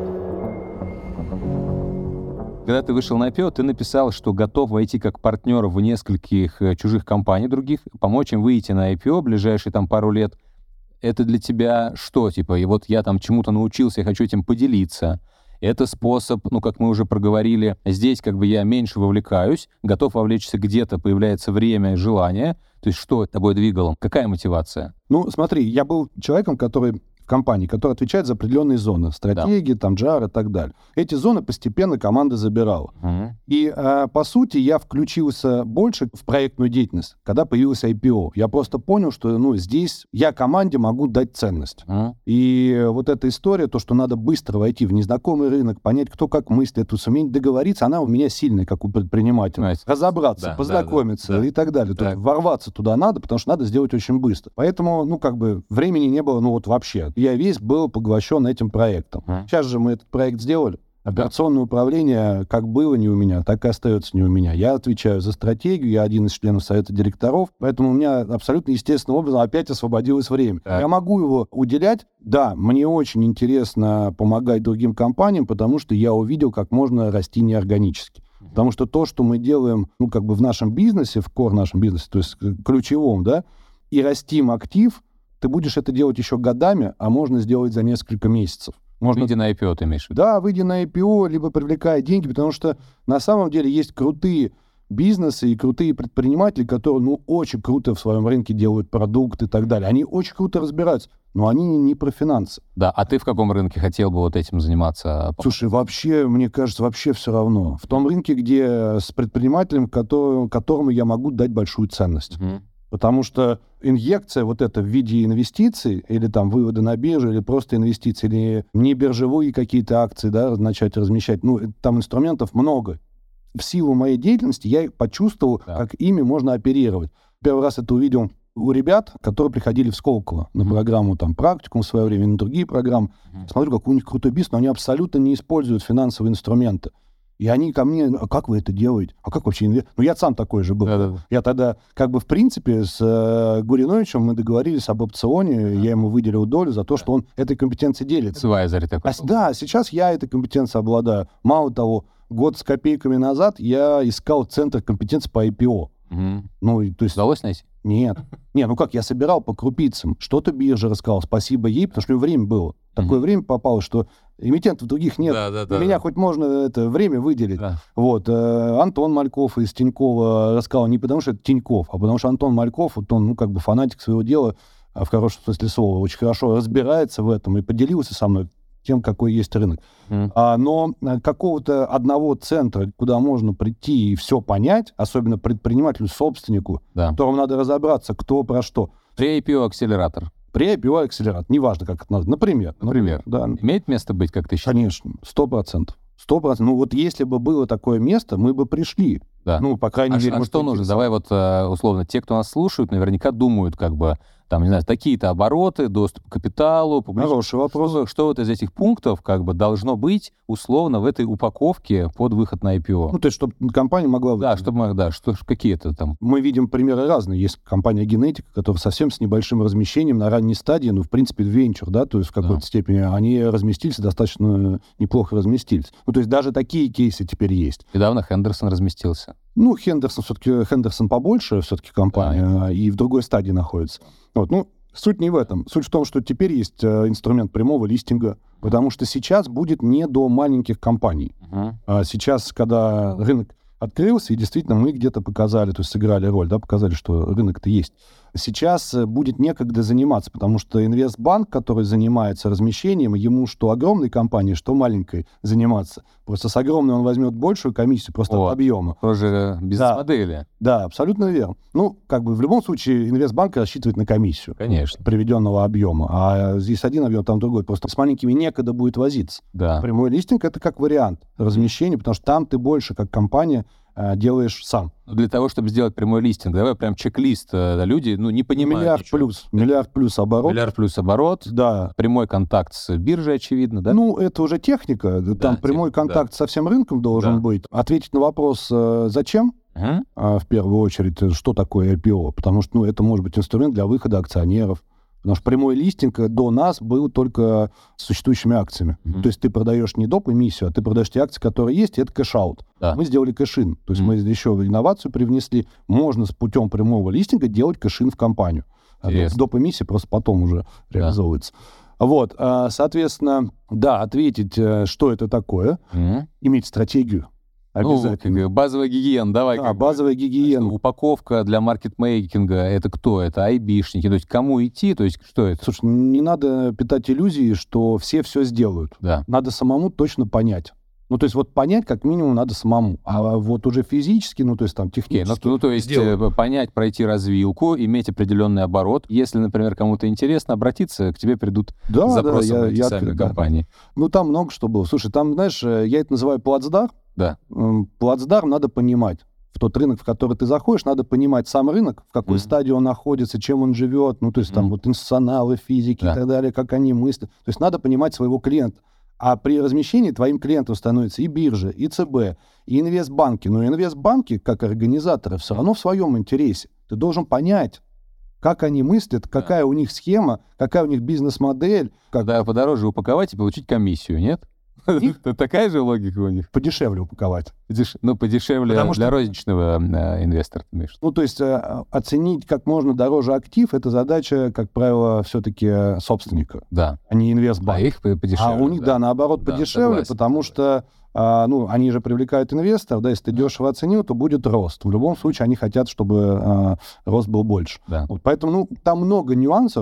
Когда ты вышел на ай пи о, ты написал, что готов войти как партнер в нескольких э, чужих компаний других, помочь им выйти на ай пи о в ближайшие там пару лет. Это для тебя что? Типа, и вот я там чему-то научился, я хочу этим поделиться. Это способ, ну, как мы уже проговорили, здесь как бы я меньше вовлекаюсь, готов вовлечься где-то, появляется время и желание. То есть что тобой двигало? Какая мотивация? Ну, смотри, я был человеком, который в компании, который отвечает за определенные зоны, стратегии, там, джи ар и так далее. Эти зоны постепенно команда забирала. Мгм. И, э, по сути, я включился больше в проектную деятельность, когда появился ай пи о. Я просто понял, что, ну, здесь я команде могу дать ценность. Мгм. И вот эта история, то, что надо быстро войти в незнакомый рынок, понять, кто как мыслит, суметь договориться, она у меня сильная, как у предпринимателя. Понимаете? Разобраться, Да, познакомиться да, да, да. и так далее. То Так. есть ворваться туда надо, потому что надо сделать очень быстро. Поэтому, ну, как бы, времени не было, ну, вот вообще. Я весь был поглощен этим проектом. Мгм. Сейчас же мы этот проект сделали. Операционное управление как было не у меня, так и остается не у меня. Я отвечаю за стратегию, я один из членов совета директоров, поэтому у меня абсолютно естественным образом опять освободилось время. Так. Я могу его уделять. Да, мне очень интересно помогать другим компаниям, потому что я увидел, как можно расти неорганически. Потому что то, что мы делаем, ну, как бы в нашем бизнесе, в кор нашем бизнесе, то есть э, ключевом, да, и растим актив, ты будешь это делать еще годами, а можно сделать за несколько месяцев. Можно, Выйди на ай пи о, ты имеешь в виду? да, выйдя на ай пи о, либо привлекая деньги, потому что на самом деле есть крутые бизнесы и крутые предприниматели, которые, ну, очень круто в своем рынке делают продукт и так далее. Они очень круто разбираются. но они не про финансы. Да, а ты в каком рынке хотел бы вот этим заниматься? Слушай, вообще, мне кажется, вообще все равно. В том рынке, где с предпринимателем, который, которому я могу дать большую ценность. Угу. Потому что инъекция вот это в виде инвестиций, или там вывода на биржу, или просто инвестиции, или не биржевые какие-то акции, да, начать размещать, ну, там инструментов много. В силу моей деятельности я почувствовал, да. как ими можно оперировать. Первый раз это увидел у ребят, которые приходили в Сколково на mm-hmm. программу там практикум в свое время, на другие программы. Mm-hmm. Смотрю, какой у них крутой бизнес, но они абсолютно не используют финансовые инструменты. И они ко мне, а как вы это делаете? А как вообще инвестиции? Ну, я сам такой же был. Да-да-да. Я тогда, как бы, в принципе, с э, Гуриновичем мы договорились об опционе, mm-hmm. я ему выделил долю за то, что он этой компетенцией делится. Адвайзер такой. А, да, сейчас я этой компетенцией обладаю. Мало того, год с копейками назад я искал центр компетенции по ай пи о. Mm-hmm. Ну, то есть... Удалось найти? Нет. Не, ну как, я собирал по крупицам. Что-то биржа рассказал, спасибо ей, потому что у нее время было. Такое mm-hmm. время попало, что эмитентов других нет. Да, да, да, Меня да. хоть можно это время выделить. Да. Вот. Э, Антон Мальков из Тинькова рассказал не потому, что это Тиньков, а потому что Антон Мальков, вот он, ну, как бы фанатик своего дела, в хорошем смысле слова, очень хорошо разбирается в этом и поделился со мной тем, какой есть рынок. Mm. А, но какого-то одного центра, куда можно прийти и все понять, особенно предпринимателю-собственнику, да. которому надо разобраться, кто про что. При ай пи о-акселератор. При ай пи о-акселератор. Неважно, как это называется. Например. Например. Да. Имеет место быть, как ты считаешь? Конечно. Сто процентов. Сто процентов. Ну вот если бы было такое место, мы бы пришли. Да. Ну, по крайней а мере. А что нужно? Давай вот, условно, те, кто нас слушают, наверняка думают, как бы, там, не знаю, такие-то обороты, доступ к капиталу. Хороший вопрос. Что, что вот из этих пунктов, как бы, должно быть, условно, в этой упаковке под выход на ай пи о? Ну, то есть, чтобы компания могла... Да, чтобы, да, что, какие-то там... Мы видим примеры разные. Есть компания Генетика, которая совсем с небольшим размещением на ранней стадии, ну, в принципе, венчур, да, то есть в какой-то да. степени они разместились, достаточно неплохо разместились. Ну, то есть даже такие кейсы теперь есть. Недавно Хендерсон разместился. Ну, Хендерсон все-таки, Хендерсон побольше все-таки компания, да. и в другой стадии находится. Вот, ну, суть не в этом. Суть в том, что теперь есть э, инструмент прямого листинга, потому что сейчас будет не до маленьких компаний. Uh-huh. А сейчас, когда рынок открылся, и действительно мы где-то показали, то есть сыграли роль, да, показали, что рынок-то есть. Сейчас будет некогда заниматься, потому что инвестбанк, который занимается размещением, ему что огромной компании, что маленькой заниматься. Просто с огромной он возьмет большую комиссию просто О, от объема. Тоже бизнес-модели. Да, да, абсолютно верно. Ну, как бы в любом случае инвестбанк рассчитывает на комиссию. Конечно. Приведенного объема. А здесь один объем, там другой. Просто с маленькими некогда будет возиться. Да. Прямой листинг — это как вариант размещения, потому что там ты больше, как компания, делаешь сам. Для того, чтобы сделать прямой листинг, давай прям чек-лист. Да, люди, ну, не понимают Миллиард ничего. плюс. Миллиард плюс оборот. Миллиард плюс оборот. Да. Прямой контакт с биржей, очевидно, да? Ну, это уже техника. Там да, прямой тех, контакт да. со всем рынком должен да. быть. Ответить на вопрос, зачем, uh-huh. в первую очередь, что такое ай пи о. Потому что, ну, это может быть инструмент для выхода акционеров. Потому что прямой листинг до нас был только с существующими акциями. Mm-hmm. То есть ты продаешь не доп. Эмиссию, а ты продаешь те акции, которые есть, и это кэш-аут. Да. Мы сделали кэш-ин. То есть mm-hmm. мы еще инновацию привнесли. Можно с путем прямого листинга делать кэш-ин в компанию. Интересно. Доп. Эмиссия просто потом уже да. реализовывается. Вот, соответственно, да, ответить, что это такое, mm-hmm. иметь стратегию. Обязательно. Ну, базовая гигиена, давай. Да, базовая гигиена. Упаковка для маркетмейкинга, это кто? Это айбишники, то есть кому идти, то есть что это? Слушай, не надо питать иллюзии, что все все сделают. Да. Надо самому точно понять. Ну, то есть вот понять как минимум надо самому. А вот уже физически, ну, то есть там технически... Okay, ну, ну, то есть сделаю. понять, пройти развилку, иметь определенный оборот. Если, например, кому-то интересно, обратиться, к тебе придут да, с запросом да, эти я, сами я, компании. Да. Ну, там много что было. Слушай, там, знаешь, я это называю плацдарм. Да. Плацдарм надо понимать. В тот рынок, в который ты заходишь, надо понимать сам рынок, в какой mm-hmm. стадии он находится, чем он живет, ну, то есть mm-hmm. там вот институционалы, физики да. и так далее, как они мыслят. То есть надо понимать своего клиента. А при размещении твоим клиентом становится и биржа, и ЦБ, и инвестбанки. Но инвестбанки, как организаторы, все равно в своем интересе. Ты должен понять, как они мыслят, какая да. у них схема, какая у них бизнес-модель. Как... Да, подороже упаковать и получить комиссию, нет? Такая же логика у них? Подешевле упаковать. Подеш... Ну, подешевле Потому для что... розничного э, инвестора. Ну, то есть э, оценить как можно дороже актив — это задача, как правило, все-таки собственника, да. а не инвестбанк. А их подешевле. А у них, да, да наоборот, да, подешевле, согласен, потому согласен. что а, ну, они же привлекают инвесторов, да, если ты дешево оценил, то будет рост. В любом случае они хотят, чтобы а, рост был больше. Да. Вот, поэтому, ну, там много нюансов.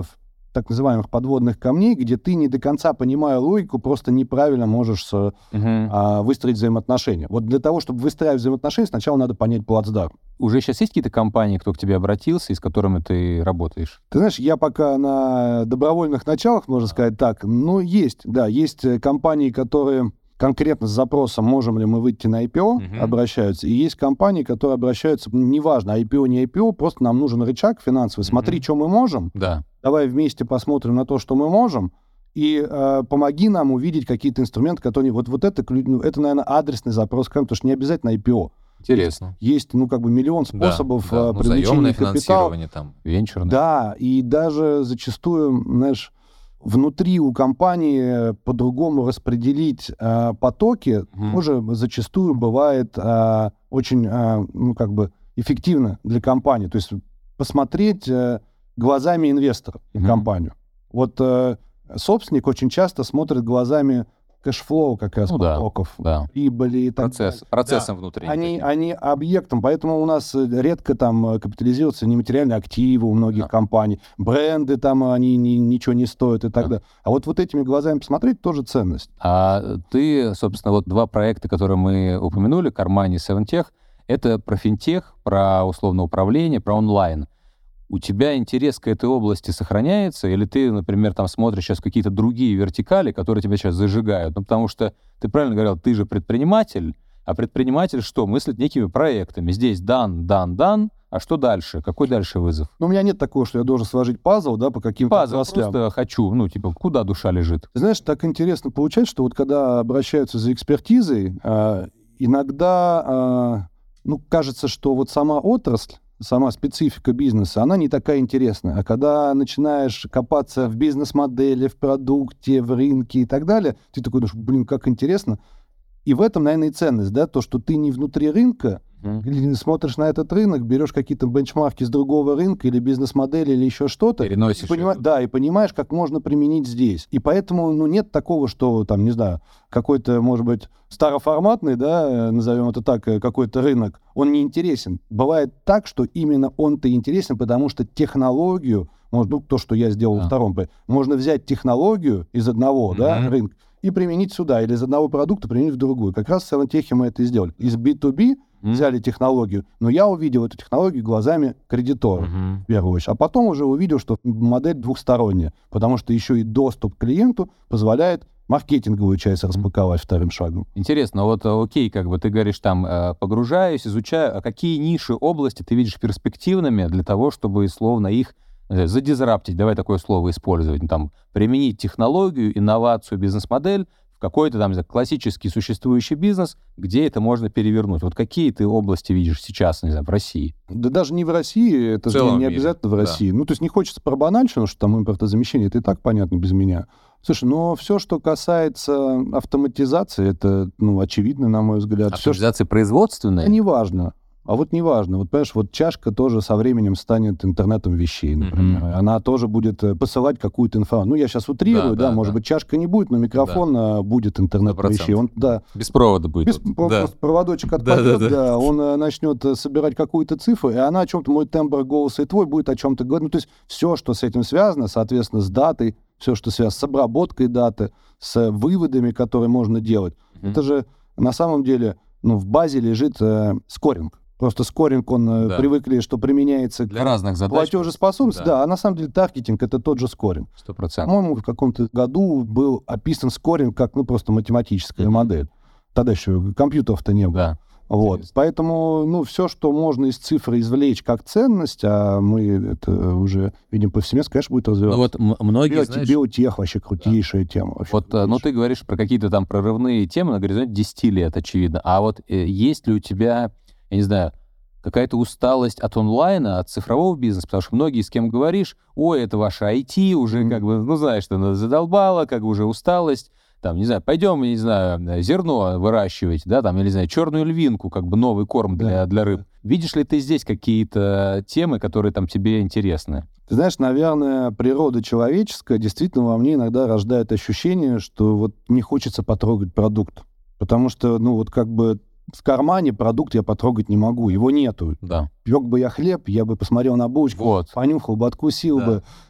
так называемых подводных камней, где ты не до конца, понимая логику, просто неправильно можешь с, uh-huh. а, выстроить взаимоотношения. Вот для того, чтобы выстраивать взаимоотношения, сначала надо понять плацдарм. Уже сейчас есть какие-то компании, кто к тебе обратился и с которыми ты работаешь? Ты знаешь, я пока на добровольных началах, можно сказать так, ну, есть, да, есть компании, которые конкретно с запросом, можем ли мы выйти на ай пи о, uh-huh. обращаются. И есть компании, которые обращаются, неважно, ай пи о, не ай пи о, просто нам нужен рычаг финансовый. Смотри, uh-huh. что мы можем. Да. Давай вместе посмотрим на то, что мы можем, и э, помоги нам увидеть какие-то инструменты, которые... Вот, вот это, ну, это, наверное, адресный запрос, потому что не обязательно ай пи о. Интересно. Есть, ну, как бы миллион способов да, да. Ну, привлечения капитала. Финансирование там, венчурное. Да, и даже зачастую, знаешь, внутри у компании по-другому распределить э, потоки mm. тоже зачастую бывает э, очень, э, ну, как бы эффективно для компании. То есть посмотреть э, глазами инвестора mm-hmm. компанию. Вот э, собственник очень часто смотрит глазами кэшфлоу как раз ну, потоков, да, прибыли и так Процесс, далее. Процессом да. внутренним. Они, они объектом, поэтому у нас редко там капитализируются нематериальные активы у многих да. компаний, бренды там, они ни, ничего не стоят и так да. далее. А вот вот этими глазами посмотреть тоже ценность. А ты, собственно, вот два проекта, которые мы упомянули, Кармани и Севентех, это про финтех, про условное управление, про онлайн. У тебя интерес к этой области сохраняется, или ты, например, там смотришь сейчас какие-то другие вертикали, которые тебя сейчас зажигают? Ну, потому что ты правильно говорил, ты же предприниматель, а предприниматель что? Мыслит некими проектами. Здесь дан, дан, дан, а что дальше? Какой дальше вызов? Ну, у меня нет такого, что я должен сложить пазл, да, по каким-то пазл, отраслям. Просто хочу, ну, типа, куда душа лежит? Ты знаешь, так интересно получается, что вот когда обращаются за экспертизой, э, иногда, э, ну, кажется, что вот сама отрасль, сама специфика бизнеса, она не такая интересная. А когда начинаешь копаться в бизнес-модели, в продукте, в рынке и так далее, ты такой думаешь, блин, как интересно. И в этом, наверное, и ценность, да, то, что ты не внутри рынка, mm. смотришь на этот рынок, берешь какие-то бенчмарки с другого рынка или бизнес-модели или еще что-то. Переносишь. И понима... Да, и понимаешь, как можно применить здесь. И поэтому, ну, нет такого, что, там, не знаю, какой-то, может быть, староформатный, да, назовем это так, какой-то рынок, он не интересен. Бывает так, что именно он-то интересен, потому что технологию, может, ну, то, что я сделал yeah. во втором, можно взять технологию из одного, mm-hmm. да, рынка, и применить сюда, или из одного продукта применить в другую. Как раз в Севентехе мы это и сделали. Из би ту би mm-hmm. взяли технологию, но я увидел эту технологию глазами кредитора, mm-hmm. в первую очередь. А потом уже увидел, что модель двухсторонняя, потому что еще и доступ к клиенту позволяет маркетинговую часть распаковать вторым шагом. Интересно, вот окей, как бы ты говоришь там, погружаюсь, изучаю, а какие ниши, области ты видишь перспективными для того, чтобы, словно, их задизраптить, давай такое слово использовать, там, применить технологию, инновацию, бизнес-модель в какой-то там классический существующий бизнес, где это можно перевернуть. Вот какие ты области видишь сейчас, не знаю, в России? Да даже не в России, это же не обязательно в России. Да. Ну, то есть не хочется про банальщину, что там импортозамещение, это и так понятно без меня. Слушай, но все, что касается автоматизации, это, ну, очевидно, на мой взгляд. Автоматизация все, производственная? А неважно. А вот неважно. Вот, понимаешь, вот чашка тоже со временем станет интернетом вещей, например. Mm-hmm. Она тоже будет посылать какую-то информацию. Ну, я сейчас утрирую, да, да, да может да. быть, чашка не будет, но микрофон да. будет интернетом вещей. Он, да, без провода будет. Без, да. Просто проводочек отпадет, да, да, да. да, он а, начнет собирать какую-то цифру, и она о чем-то, мой тембр голоса и твой будет о чем-то говорить. Ну, то есть все, что с этим связано, соответственно, с датой, все, что связано с обработкой даты, с выводами, которые можно делать, mm-hmm. это же на самом деле, ну, в базе лежит э, скоринг. Просто скоринг, он да. привыкли, что применяется для разных задач. Платежеспособность, да. да, а на самом деле таргетинг — это тот же скоринг. Сто процентов. По-моему, в каком-то году был описан скоринг как, ну, просто математическая mm-hmm. модель. Тогда еще компьютеров-то не было. Да. Вот. Поэтому, ну, все, что можно из цифры извлечь как ценность, а мы это уже видим повсеместно, конечно, будет развиваться. Ну, вот многие, Биоте, знаешь... Биотех вообще крутейшая да. тема. Вообще вот, крутейшая. Ну, ты говоришь про какие-то там прорывные темы на горизонте десяти лет, очевидно. А вот э, есть ли у тебя, я не знаю, какая-то усталость от онлайна, от цифрового бизнеса? Потому что многие, с кем говоришь, ой, это ваше ай ти, уже mm-hmm. как бы, ну, знаешь, что задолбало, как бы уже усталость. Там, не знаю, пойдем, не знаю, зерно выращивать, да, там, или, не знаю, черную львинку, как бы новый корм для, для рыб. Видишь ли ты здесь какие-то темы, которые там тебе интересны? Ты знаешь, наверное, природа человеческая действительно во мне иногда рождает ощущение, что вот не хочется потрогать продукт. Потому что, ну, вот как бы в кармане продукт я потрогать не могу, его нету. Да. Пек бы я хлеб, я бы посмотрел на булочку, вот. понюхал бы, откусил да. бы.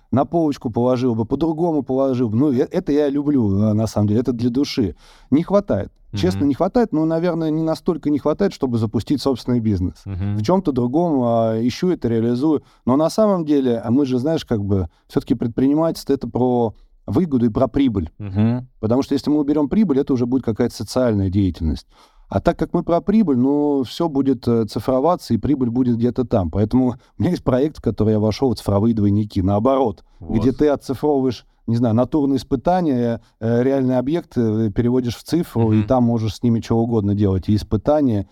на полочку положил бы, по-другому положил бы. Ну, это я люблю, на самом деле, это для души. Не хватает. Честно, mm-hmm. не хватает, но, наверное, не настолько не хватает, чтобы запустить собственный бизнес. Mm-hmm. В чем-то другом а, ищу это, реализую. Но на самом деле, а мы же, знаешь, как бы, все-таки предпринимательство — это про выгоду и про прибыль. Mm-hmm. Потому что если мы уберем прибыль, это уже будет какая-то социальная деятельность. А так как мы про прибыль, ну, все будет цифроваться, и прибыль будет где-то там. Поэтому у меня есть проект, в который я вошел, цифровые двойники, наоборот, вот. Где ты оцифровываешь, не знаю, натурные испытания, реальный объект переводишь в цифру, mm-hmm. и там можешь с ними что угодно делать. И испытания,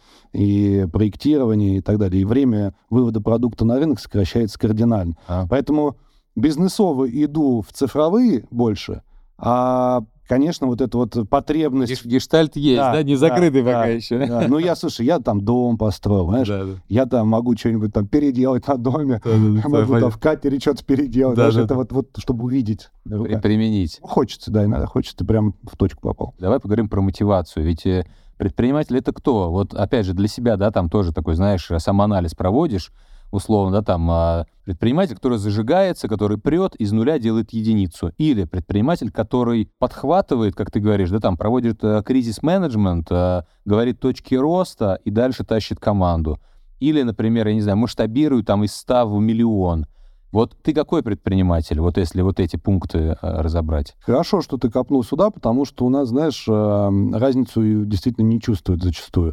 и проектирование, и так далее. И время вывода продукта на рынок сокращается кардинально. А. Поэтому бизнесово иду в цифровые больше, а... Конечно, вот эта вот потребность... Гештальт есть, да, да? Не закрытый да, пока да, еще. Да. Ну, я, слушай, я там дом построил, знаешь, да, да. я там могу что-нибудь там переделать на доме, да, да, могу да, там в катере что-то переделать, да, знаешь, да, это да. Вот, вот, чтобы увидеть. При, применить. Хочется, да, иногда хочется, ты прям в точку попал. Давай поговорим про мотивацию, ведь предприниматель — это кто? Вот, опять же, для себя, да, там тоже такой, знаешь, самоанализ проводишь, условно, да, там предприниматель, который зажигается, который прет, из нуля делает единицу. Или предприниматель, который подхватывает, как ты говоришь, да, там проводит э, кризис-менеджмент, э, говорит точки роста и дальше тащит команду. Или, например, я не знаю, масштабирует там из ста в миллион. Вот ты какой предприниматель, вот если вот эти пункты э, разобрать? Хорошо, что ты копнул сюда, потому что у нас, знаешь, э, разницу действительно не чувствуют зачастую.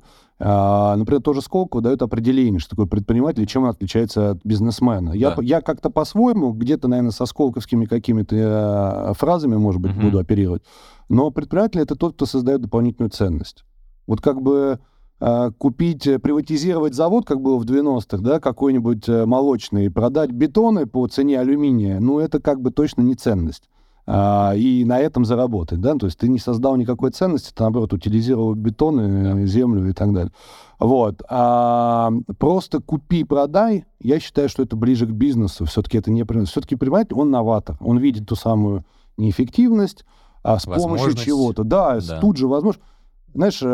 Э, например, тоже Сколково дает определение, что такое предприниматель и чем он отличается от бизнесмена. Да. Я, я как-то по-своему, где-то, наверное, со сколковскими какими-то э, фразами, может быть, uh-huh. буду оперировать. Но предприниматель — это тот, кто создает дополнительную ценность. Вот как бы... купить, приватизировать завод, как было в девяностых, да, какой-нибудь молочный, продать бетоны по цене алюминия, ну, это как бы точно не ценность. А, и на этом заработать, да, то есть ты не создал никакой ценности, ты, наоборот, утилизировал бетоны, землю и так далее. Вот. А просто купи-продай, я считаю, что это ближе к бизнесу, все-таки это не... Все-таки предприниматель, он новатор, он видит ту самую неэффективность, а с помощью чего-то, да, да. тут же возможно... Знаешь,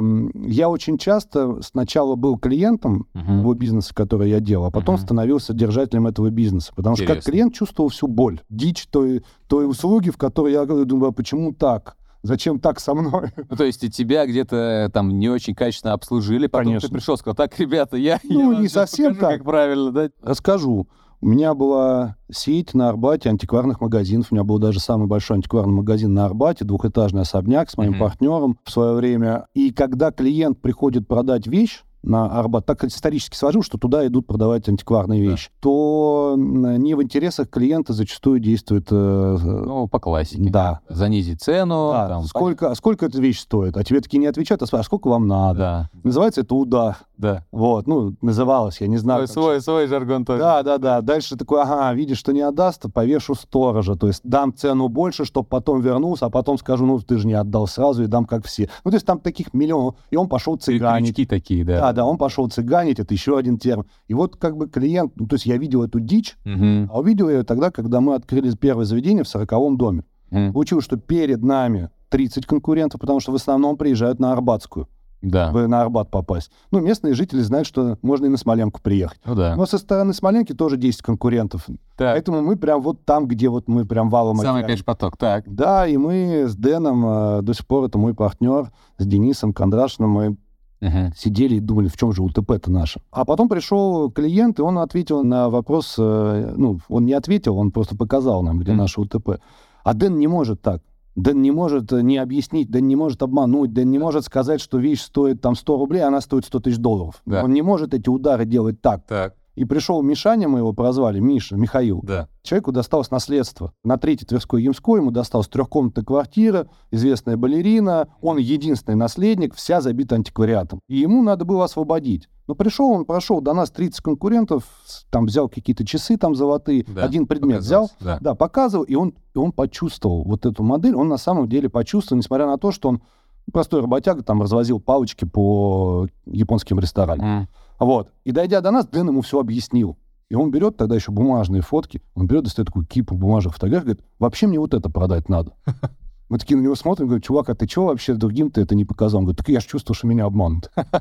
я очень часто сначала был клиентом uh-huh. того бизнеса, который я делал, а потом uh-huh. становился держателем этого бизнеса. Потому Интересно. Что как клиент чувствовал всю боль, дичь той, той услуги, в которой я думаю, а почему так? Зачем так со мной? Ну, то есть и тебя где-то там не очень качественно обслужили, потом Конечно. Ты пришел и сказал, так, ребята, я... Ну, я не совсем покажу, так. Как правильно, да? Расскажу. У меня была сеть на Арбате антикварных магазинов. У меня был даже самый большой антикварный магазин на Арбате, двухэтажный особняк с моим uh-huh. партнером в свое время. И когда клиент приходит продать вещь на Арбат, так исторически сложилось, что туда идут продавать антикварные вещи, да. то не в интересах клиента зачастую действует... Э, ну, по классике. Да. Занизить цену. Да. Там, сколько, сколько эта вещь стоит? А тебе такие не отвечают, а спрашивают, а сколько вам надо? Да. Называется это удар. Да. Вот, ну, называлось, я не знаю. Свой, свой жаргон тоже. Да, да, да. Дальше такой, ага, видишь, что не отдаст, повешу сторожа. То есть дам цену больше, чтобы потом вернулся, а потом скажу, ну, ты же не отдал сразу, и дам как все. Ну, то есть там таких миллионов. И он пошел цыганить. Крючки такие, да. Да, да, он пошел цыганить, это еще один термин. И вот как бы клиент, ну, то есть я видел эту дичь, угу. а увидел ее тогда, когда мы открыли первое заведение в сороковом доме. Угу. Получилось, что перед нами тридцать конкурентов, потому что в основном приезжают на Арбатскую. Да. Чтобы на Арбат попасть. Ну, местные жители знают, что можно и на Смоленку приехать. Ну, да. Но со стороны Смоленки тоже десять конкурентов. Так. Поэтому мы прям вот там, где вот мы прям валом... Самый, конечно, поток, так. Да, и мы с Дэном, э, до сих пор это мой партнер, с Денисом Кондрашиным, мы uh-huh. сидели и думали, в чем же УТП-то наше. А потом пришел клиент, и он ответил на вопрос, э, ну, он не ответил, он просто показал нам, где uh-huh. наше УТП. А Дэн не может так. Дэн не может не объяснить, Дэн не может обмануть, Дэн не может сказать, что вещь стоит там сто рублей, а она стоит сто тысяч долларов. Да. Он не может эти удары делать так. Так. И пришел Мишаня, мы его прозвали, Миша, Михаил. Да. Человеку досталось наследство. На третьей Тверской Ямской ему досталась трехкомнатная квартира, известная балерина, он единственный наследник, вся забита антиквариатом. И ему надо было освободить. Но пришел он, прошел до нас тридцать конкурентов, там взял какие-то часы там золотые, да, один предмет взял, да. да, показывал, и он, и он почувствовал вот эту модель, он на самом деле почувствовал, несмотря на то, что он простой работяга, там развозил палочки по японским ресторанам. Mm. Вот. И дойдя до нас, Дэн ему все объяснил. И он берет тогда еще бумажные фотки, он берет, достает такую кипу бумажных фотографий, говорит, вообще мне вот это продать надо. Мы такие на него смотрим, говорим, чувак, а ты чего вообще другим-то это не показал? Он говорит, так я же чувствую, что меня обманут.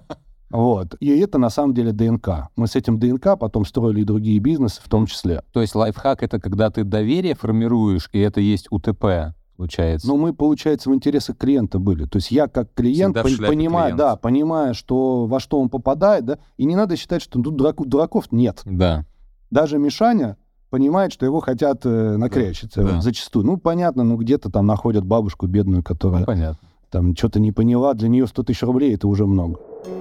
Вот. И это на самом деле ДНК. Мы с этим ДНК потом строили и другие бизнесы в том числе. То есть лайфхак — это когда ты доверие формируешь, и это есть УТП, получается? Ну, мы, получается, в интересах клиента были. То есть я как клиент пон- понимаю, да, понимаю, что, во что он попадает, да, и не надо считать, что тут дурак, дураков нет. Да. Даже Мишаня понимает, что его хотят э, накрячить да, да. зачастую. Ну, понятно, ну, где-то там находят бабушку бедную, которая... Ну, понятно. Там что-то не поняла, для нее сто тысяч рублей — это уже много.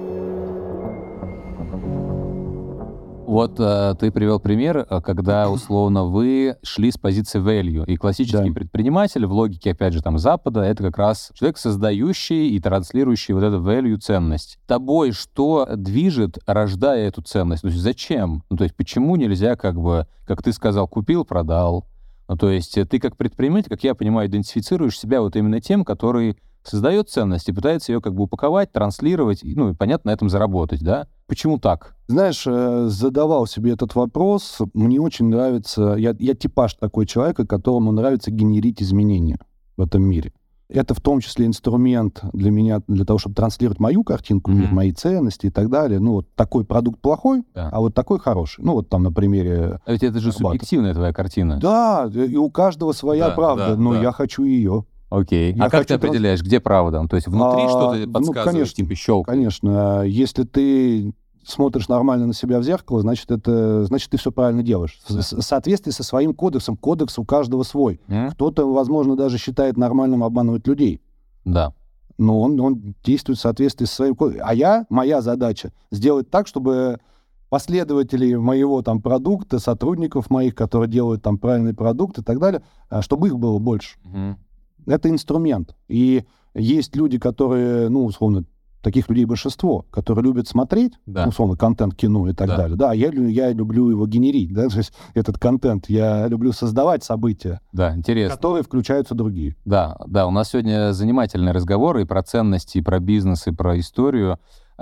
Вот э, ты привел пример, когда, условно, вы шли с позиции value. И классический да. предприниматель в логике, опять же, там, Запада, это как раз человек, создающий и транслирующий вот эту value, ценность. Тобой что движет, рождая эту ценность? То есть зачем? Ну, то есть почему нельзя, как бы, как ты сказал, купил, продал? Ну, то есть ты как предприниматель, как я понимаю, идентифицируешь себя вот именно тем, который создает ценность и пытается ее как бы упаковать, транслировать, ну и, понятно, на этом заработать, да? Почему так? Знаешь, задавал себе этот вопрос. Мне очень нравится... Я, я типаж такой человека, которому нравится генерить изменения в этом мире. Это в том числе инструмент для меня, для того, чтобы транслировать мою картинку, mm-hmm. мои ценности и так далее. Ну, вот такой продукт плохой, да. а вот такой хороший. Ну, вот там на примере... А ведь это же Арбата. Субъективная твоя картина. Да, и у каждого своя да, правда, да, но да. я хочу ее. Окей. Я а как ты определяешь, транс... где правда? То есть внутри а, что-то подсказывает, ну, конечно, типа щелкает? Конечно. Если ты смотришь нормально на себя в зеркало, значит, это, значит ты все правильно делаешь. В соответствии со своим кодексом. Кодекс у каждого свой. Mm? Кто-то, возможно, даже считает нормальным обманывать людей. Да. Но он, он действует в соответствии со своим кодексом. А я, моя задача сделать так, чтобы последователей моего там продукта, сотрудников моих, которые делают там правильный продукт и так далее, чтобы их было больше. Mm. Это инструмент. И есть люди, которые, ну, условно, таких людей большинство, которые любят смотреть, да. условно, контент кино и так да. далее. Да, я, я люблю его генерить, да, то есть этот контент. Я люблю создавать события, да, интересно. в которые включаются другие. Да, да, у нас сегодня занимательный разговор и про ценности, и про бизнес, и про историю.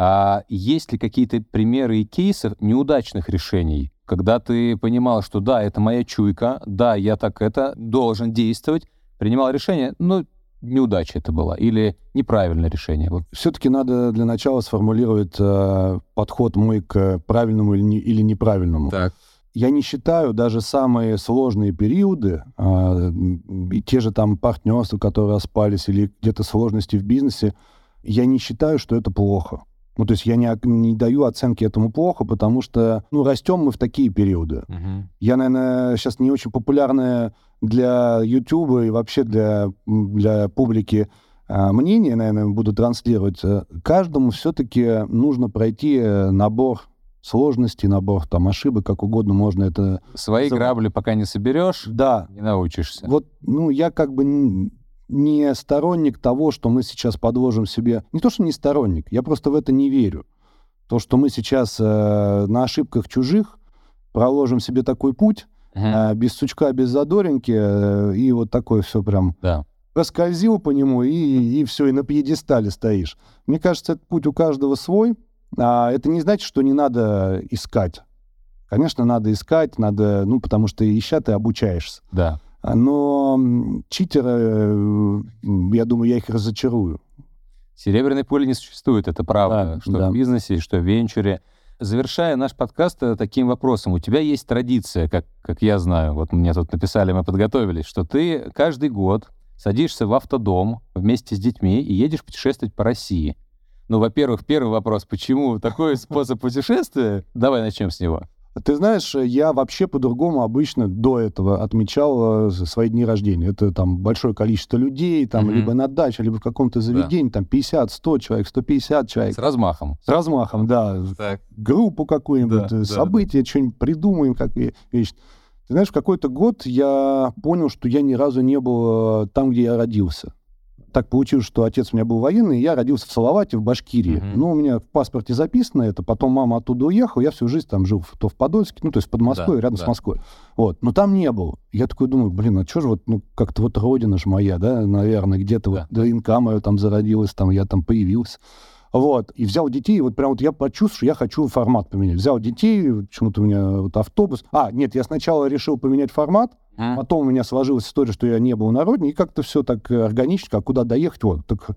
А есть ли какие-то примеры и кейсы неудачных решений, когда ты понимал, что да, это моя чуйка, да, я так это должен действовать, принимал решение, но неудача это была или неправильное решение? Вот. Все-таки надо для начала сформулировать э, подход мой к правильному или, не, или неправильному. Так. Я не считаю даже самые сложные периоды, э, и те же там партнерства, которые распались, или где-то сложности в бизнесе, я не считаю, что это плохо. Ну, то есть я не, не даю оценки этому плохо, потому что, ну, растем мы в такие периоды. Uh-huh. Я, наверное, сейчас не очень популярная для YouTube и вообще для, для публики а, мнение, наверное, буду транслировать. Каждому все-таки нужно пройти набор сложностей, набор там ошибок, как угодно можно это... Свои называть. Грабли пока не соберешь, да. не научишься. Вот, ну, я как бы... не сторонник того, что мы сейчас подложим себе... Не то, что не сторонник, я просто в это не верю. То, что мы сейчас э, на ошибках чужих проложим себе такой путь, uh-huh. э, без сучка, без задоринки, э, и вот такое все прям... Да. Проскользил по нему, и, и все, и на пьедестале стоишь. Мне кажется, этот путь у каждого свой. А это не значит, что не надо искать. Конечно, надо искать, надо... Ну, потому что ища ты обучаешься. Да. Но читеры, я думаю, я их разочарую. Серебряной пули не существует, это правда, да, что да. в бизнесе, что в венчуре. Завершая наш подкаст таким вопросом, у тебя есть традиция, как, как я знаю, вот мне тут написали, мы подготовились, что ты каждый год садишься в автодом вместе с детьми и едешь путешествовать по России. Ну, во-первых, первый вопрос, почему такой способ путешествия? Давай начнем с него. Ты знаешь, я вообще по-другому обычно до этого отмечал свои дни рождения. Это там большое количество людей, там, mm-hmm. либо на даче, либо в каком-то заведении, да. там пятьдесят, сто человек, сто пятьдесят человек. С размахом. С размахом, да. Так. Группу какую-нибудь, да, события, да, да. что-нибудь придумаем, как вещь. Ты знаешь, в какой-то год я понял, что я ни разу не был там, где я родился. Так получилось, что отец у меня был военный, и я родился в Салавате, в Башкирии. Mm-hmm. Ну, у меня в паспорте записано это, потом мама оттуда уехала, я всю жизнь там жил то в Подольске, ну, то есть под Москвой, да, рядом да. с Москвой. Вот, но там не был. Я такой думаю, блин, а что же вот, ну, как-то вот родина ж моя, да, наверное, где-то да. вот ДНК моя там зародилась, там я там появился. Вот, и взял детей, и вот прям вот я почувствовал, что я хочу формат поменять. Взял детей, почему-то у меня вот автобус. А, нет, я сначала решил поменять формат, mm. потом у меня сложилась история, что я не был на родине, и как-то все так органично, как куда доехать, вот, так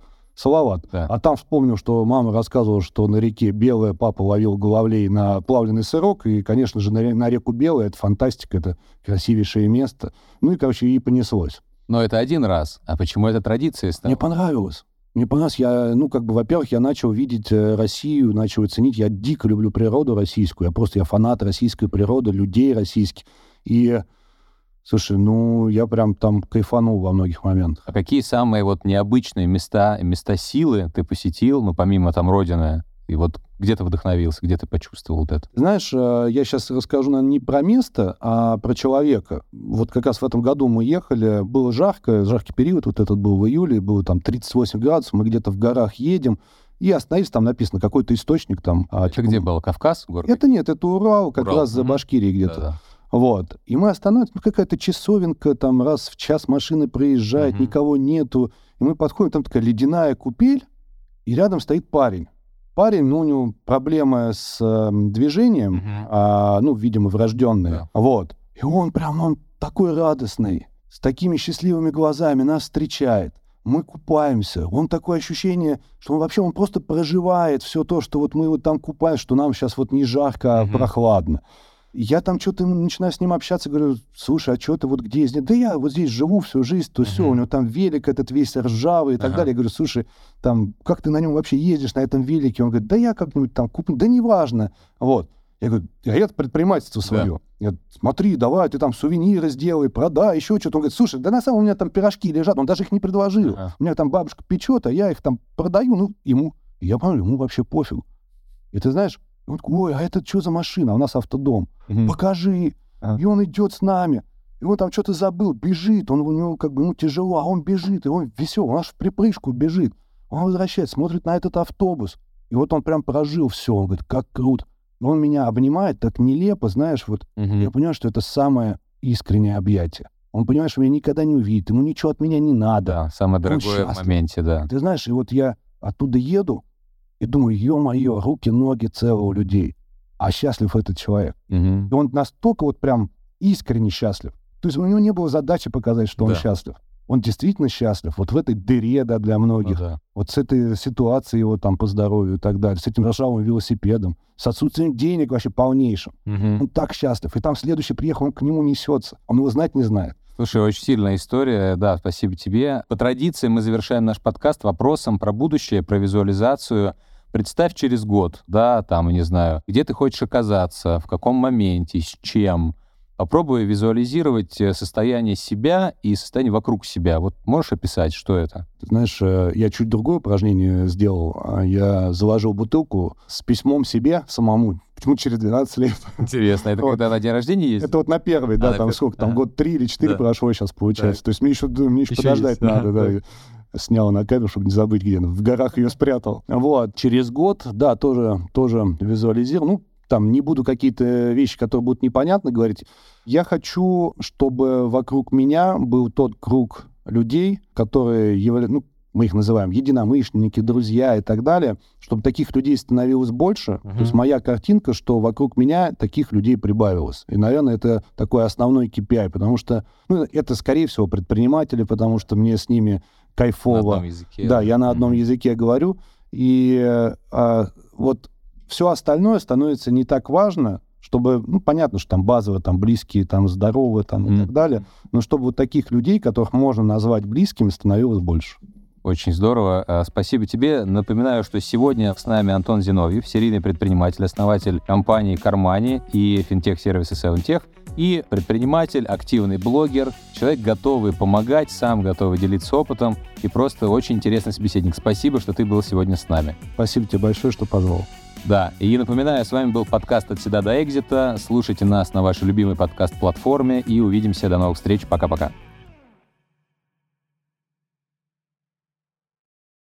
Салават. Да. А там вспомнил, что мама рассказывала, что на реке Белая папа ловил головлей на плавленый сырок, и, конечно же, на, на реку Белая, это фантастика, это красивейшее место. Ну и, короче, и понеслось. Но это один раз. А почему это традиция стала? Мне понравилось. Мне понравилось. Я, ну, как бы, во-первых, я начал видеть Россию, начал ценить. Я дико люблю природу российскую. Я просто, я фанат российской природы, людей российских. И, слушай, ну, я прям там кайфанул во многих моментах. А какие самые вот необычные места, места силы ты посетил, ну, помимо там Родины? И вот где ты вдохновился, где ты почувствовал вот это? Знаешь, я сейчас расскажу, наверное, не про место, а про человека. Вот как раз в этом году мы ехали, было жарко, жаркий период, вот этот был в июле, было там тридцать восемь градусов, мы где-то в горах едем, и остановились, там написано какой-то источник там. Это типа, где был? Кавказ? Город? Это нет, это Урал, как Урал. раз за Башкирией где-то. Да-да. Вот. И мы останавливаемся, ну, какая-то часовенка, там раз в час машины проезжает, Угу. никого нету. И мы подходим, там такая ледяная купель, и рядом стоит парень. Парень, ну, у него проблемы с э, движением, Угу. а, ну, видимо, врожденные. Да. Вот. И он прям, он такой радостный, с такими счастливыми глазами нас встречает. Мы купаемся. Он такое ощущение, что он вообще, он просто проживает все то, что вот мы вот там купаемся, что нам сейчас вот не жарко, а Мгм. прохладно. Я там что-то начинаю с ним общаться, говорю, слушай, а что ты вот где здесь? Да я вот здесь живу всю жизнь, то все, Мгм. у него там велик этот весь ржавый и так Ага. далее. Я говорю, слушай, там, как ты на нем вообще ездишь, на этом велике? Он говорит, да я как-нибудь там куплю, да неважно. Вот. Я говорю, а это предпринимательство свое. Я, смотри, давай, ты там сувениры сделай, продай, еще что-то. Он говорит, слушай, да на самом деле у меня там пирожки лежат, он даже их не предложил. Ага. У меня там бабушка печет, а я их там продаю, ну, ему. И я понял, ему вообще пофигу. И ты знаешь, он такой, ой, а это что за машина? А у нас автодом. Мгм. Покажи. А. И он идет с нами. И он там что-то забыл, бежит. Он, у него как бы, ну, тяжело, а он бежит. И он веселый, он аж в припрыжку бежит. Он возвращается, смотрит на этот автобус. И вот он прям прожил все. Он говорит, как круто. И он меня обнимает так нелепо, знаешь, вот. Мгм. Я понимаю, что это самое искреннее объятие. Он понимает, что меня никогда не увидит, ему ничего от меня не надо. Да, самое Он дорогое в счастлив. моменте, да. Ты знаешь, и вот я оттуда еду и думаю, ё-моё, руки, ноги целы у людей. А счастлив этот человек. Мгм. И он настолько вот прям искренне счастлив. То есть у него не было задачи показать, что он Да. счастлив. Он действительно счастлив. Вот в этой дыре, да, для Ну многих. да. Вот с этой ситуацией его там по здоровью и так далее. С этим ржавым велосипедом. С отсутствием денег вообще полнейшим. Мгм. Он так счастлив. И там следующий приехал, он к нему несется. Он его знать не знает. Слушай, очень сильная история, да, спасибо тебе. По традиции мы завершаем наш подкаст вопросом про будущее, про визуализацию. Представь через год, да, там, не знаю, где ты хочешь оказаться, в каком моменте, с чем. Попробуй визуализировать э, состояние себя и состояние вокруг себя. Вот можешь описать, что это? Ты знаешь, э, я чуть другое упражнение сделал. А Я заложил бутылку с письмом себе самому. Почему через двенадцать лет? Интересно, это Вот. когда на день рождения есть? Это вот на первый, да, на там пер- сколько, там ага. год три или четыре Да. прошло сейчас, получается. Так. То есть мне еще, мне еще Еще подождать есть, надо, ага, да. Я снял на камеру, чтобы не забыть, где. В горах ее спрятал. Вот. Через год, да, тоже, тоже визуализирую. Ну, там не буду какие-то вещи, которые будут непонятны говорить. Я хочу, чтобы вокруг меня был тот круг людей, которые являются, ну, мы их называем единомышленники, друзья и так далее, чтобы таких людей становилось больше. Мгм. То есть моя картинка, что вокруг меня таких людей прибавилось. И, наверное, это такой основной кей пи ай, потому что, ну, это, скорее всего, предприниматели, потому что мне с ними На кайфово. одном языке. Да, я на одном Мгм. языке говорю. И э, а, вот все остальное становится не так важно, чтобы, ну, понятно, что там базово, там, близкие, там, здоровые, там, и Мгм. так далее, но чтобы вот таких людей, которых можно назвать близкими, становилось больше. Очень здорово. А, Спасибо тебе. Напоминаю, что сегодня с нами Антон Зиновьев, серийный предприниматель, основатель компании Кармани и финтех-сервиса севентех, и предприниматель, активный блогер, человек, готовый помогать, сам готовый делиться опытом, и просто очень интересный собеседник. Спасибо, что ты был сегодня с нами. Спасибо тебе большое, что позвал. Да, и напоминаю, с вами был подкаст «От седа до экзита». Слушайте нас на вашей любимой подкаст-платформе и увидимся. До новых встреч. Пока-пока.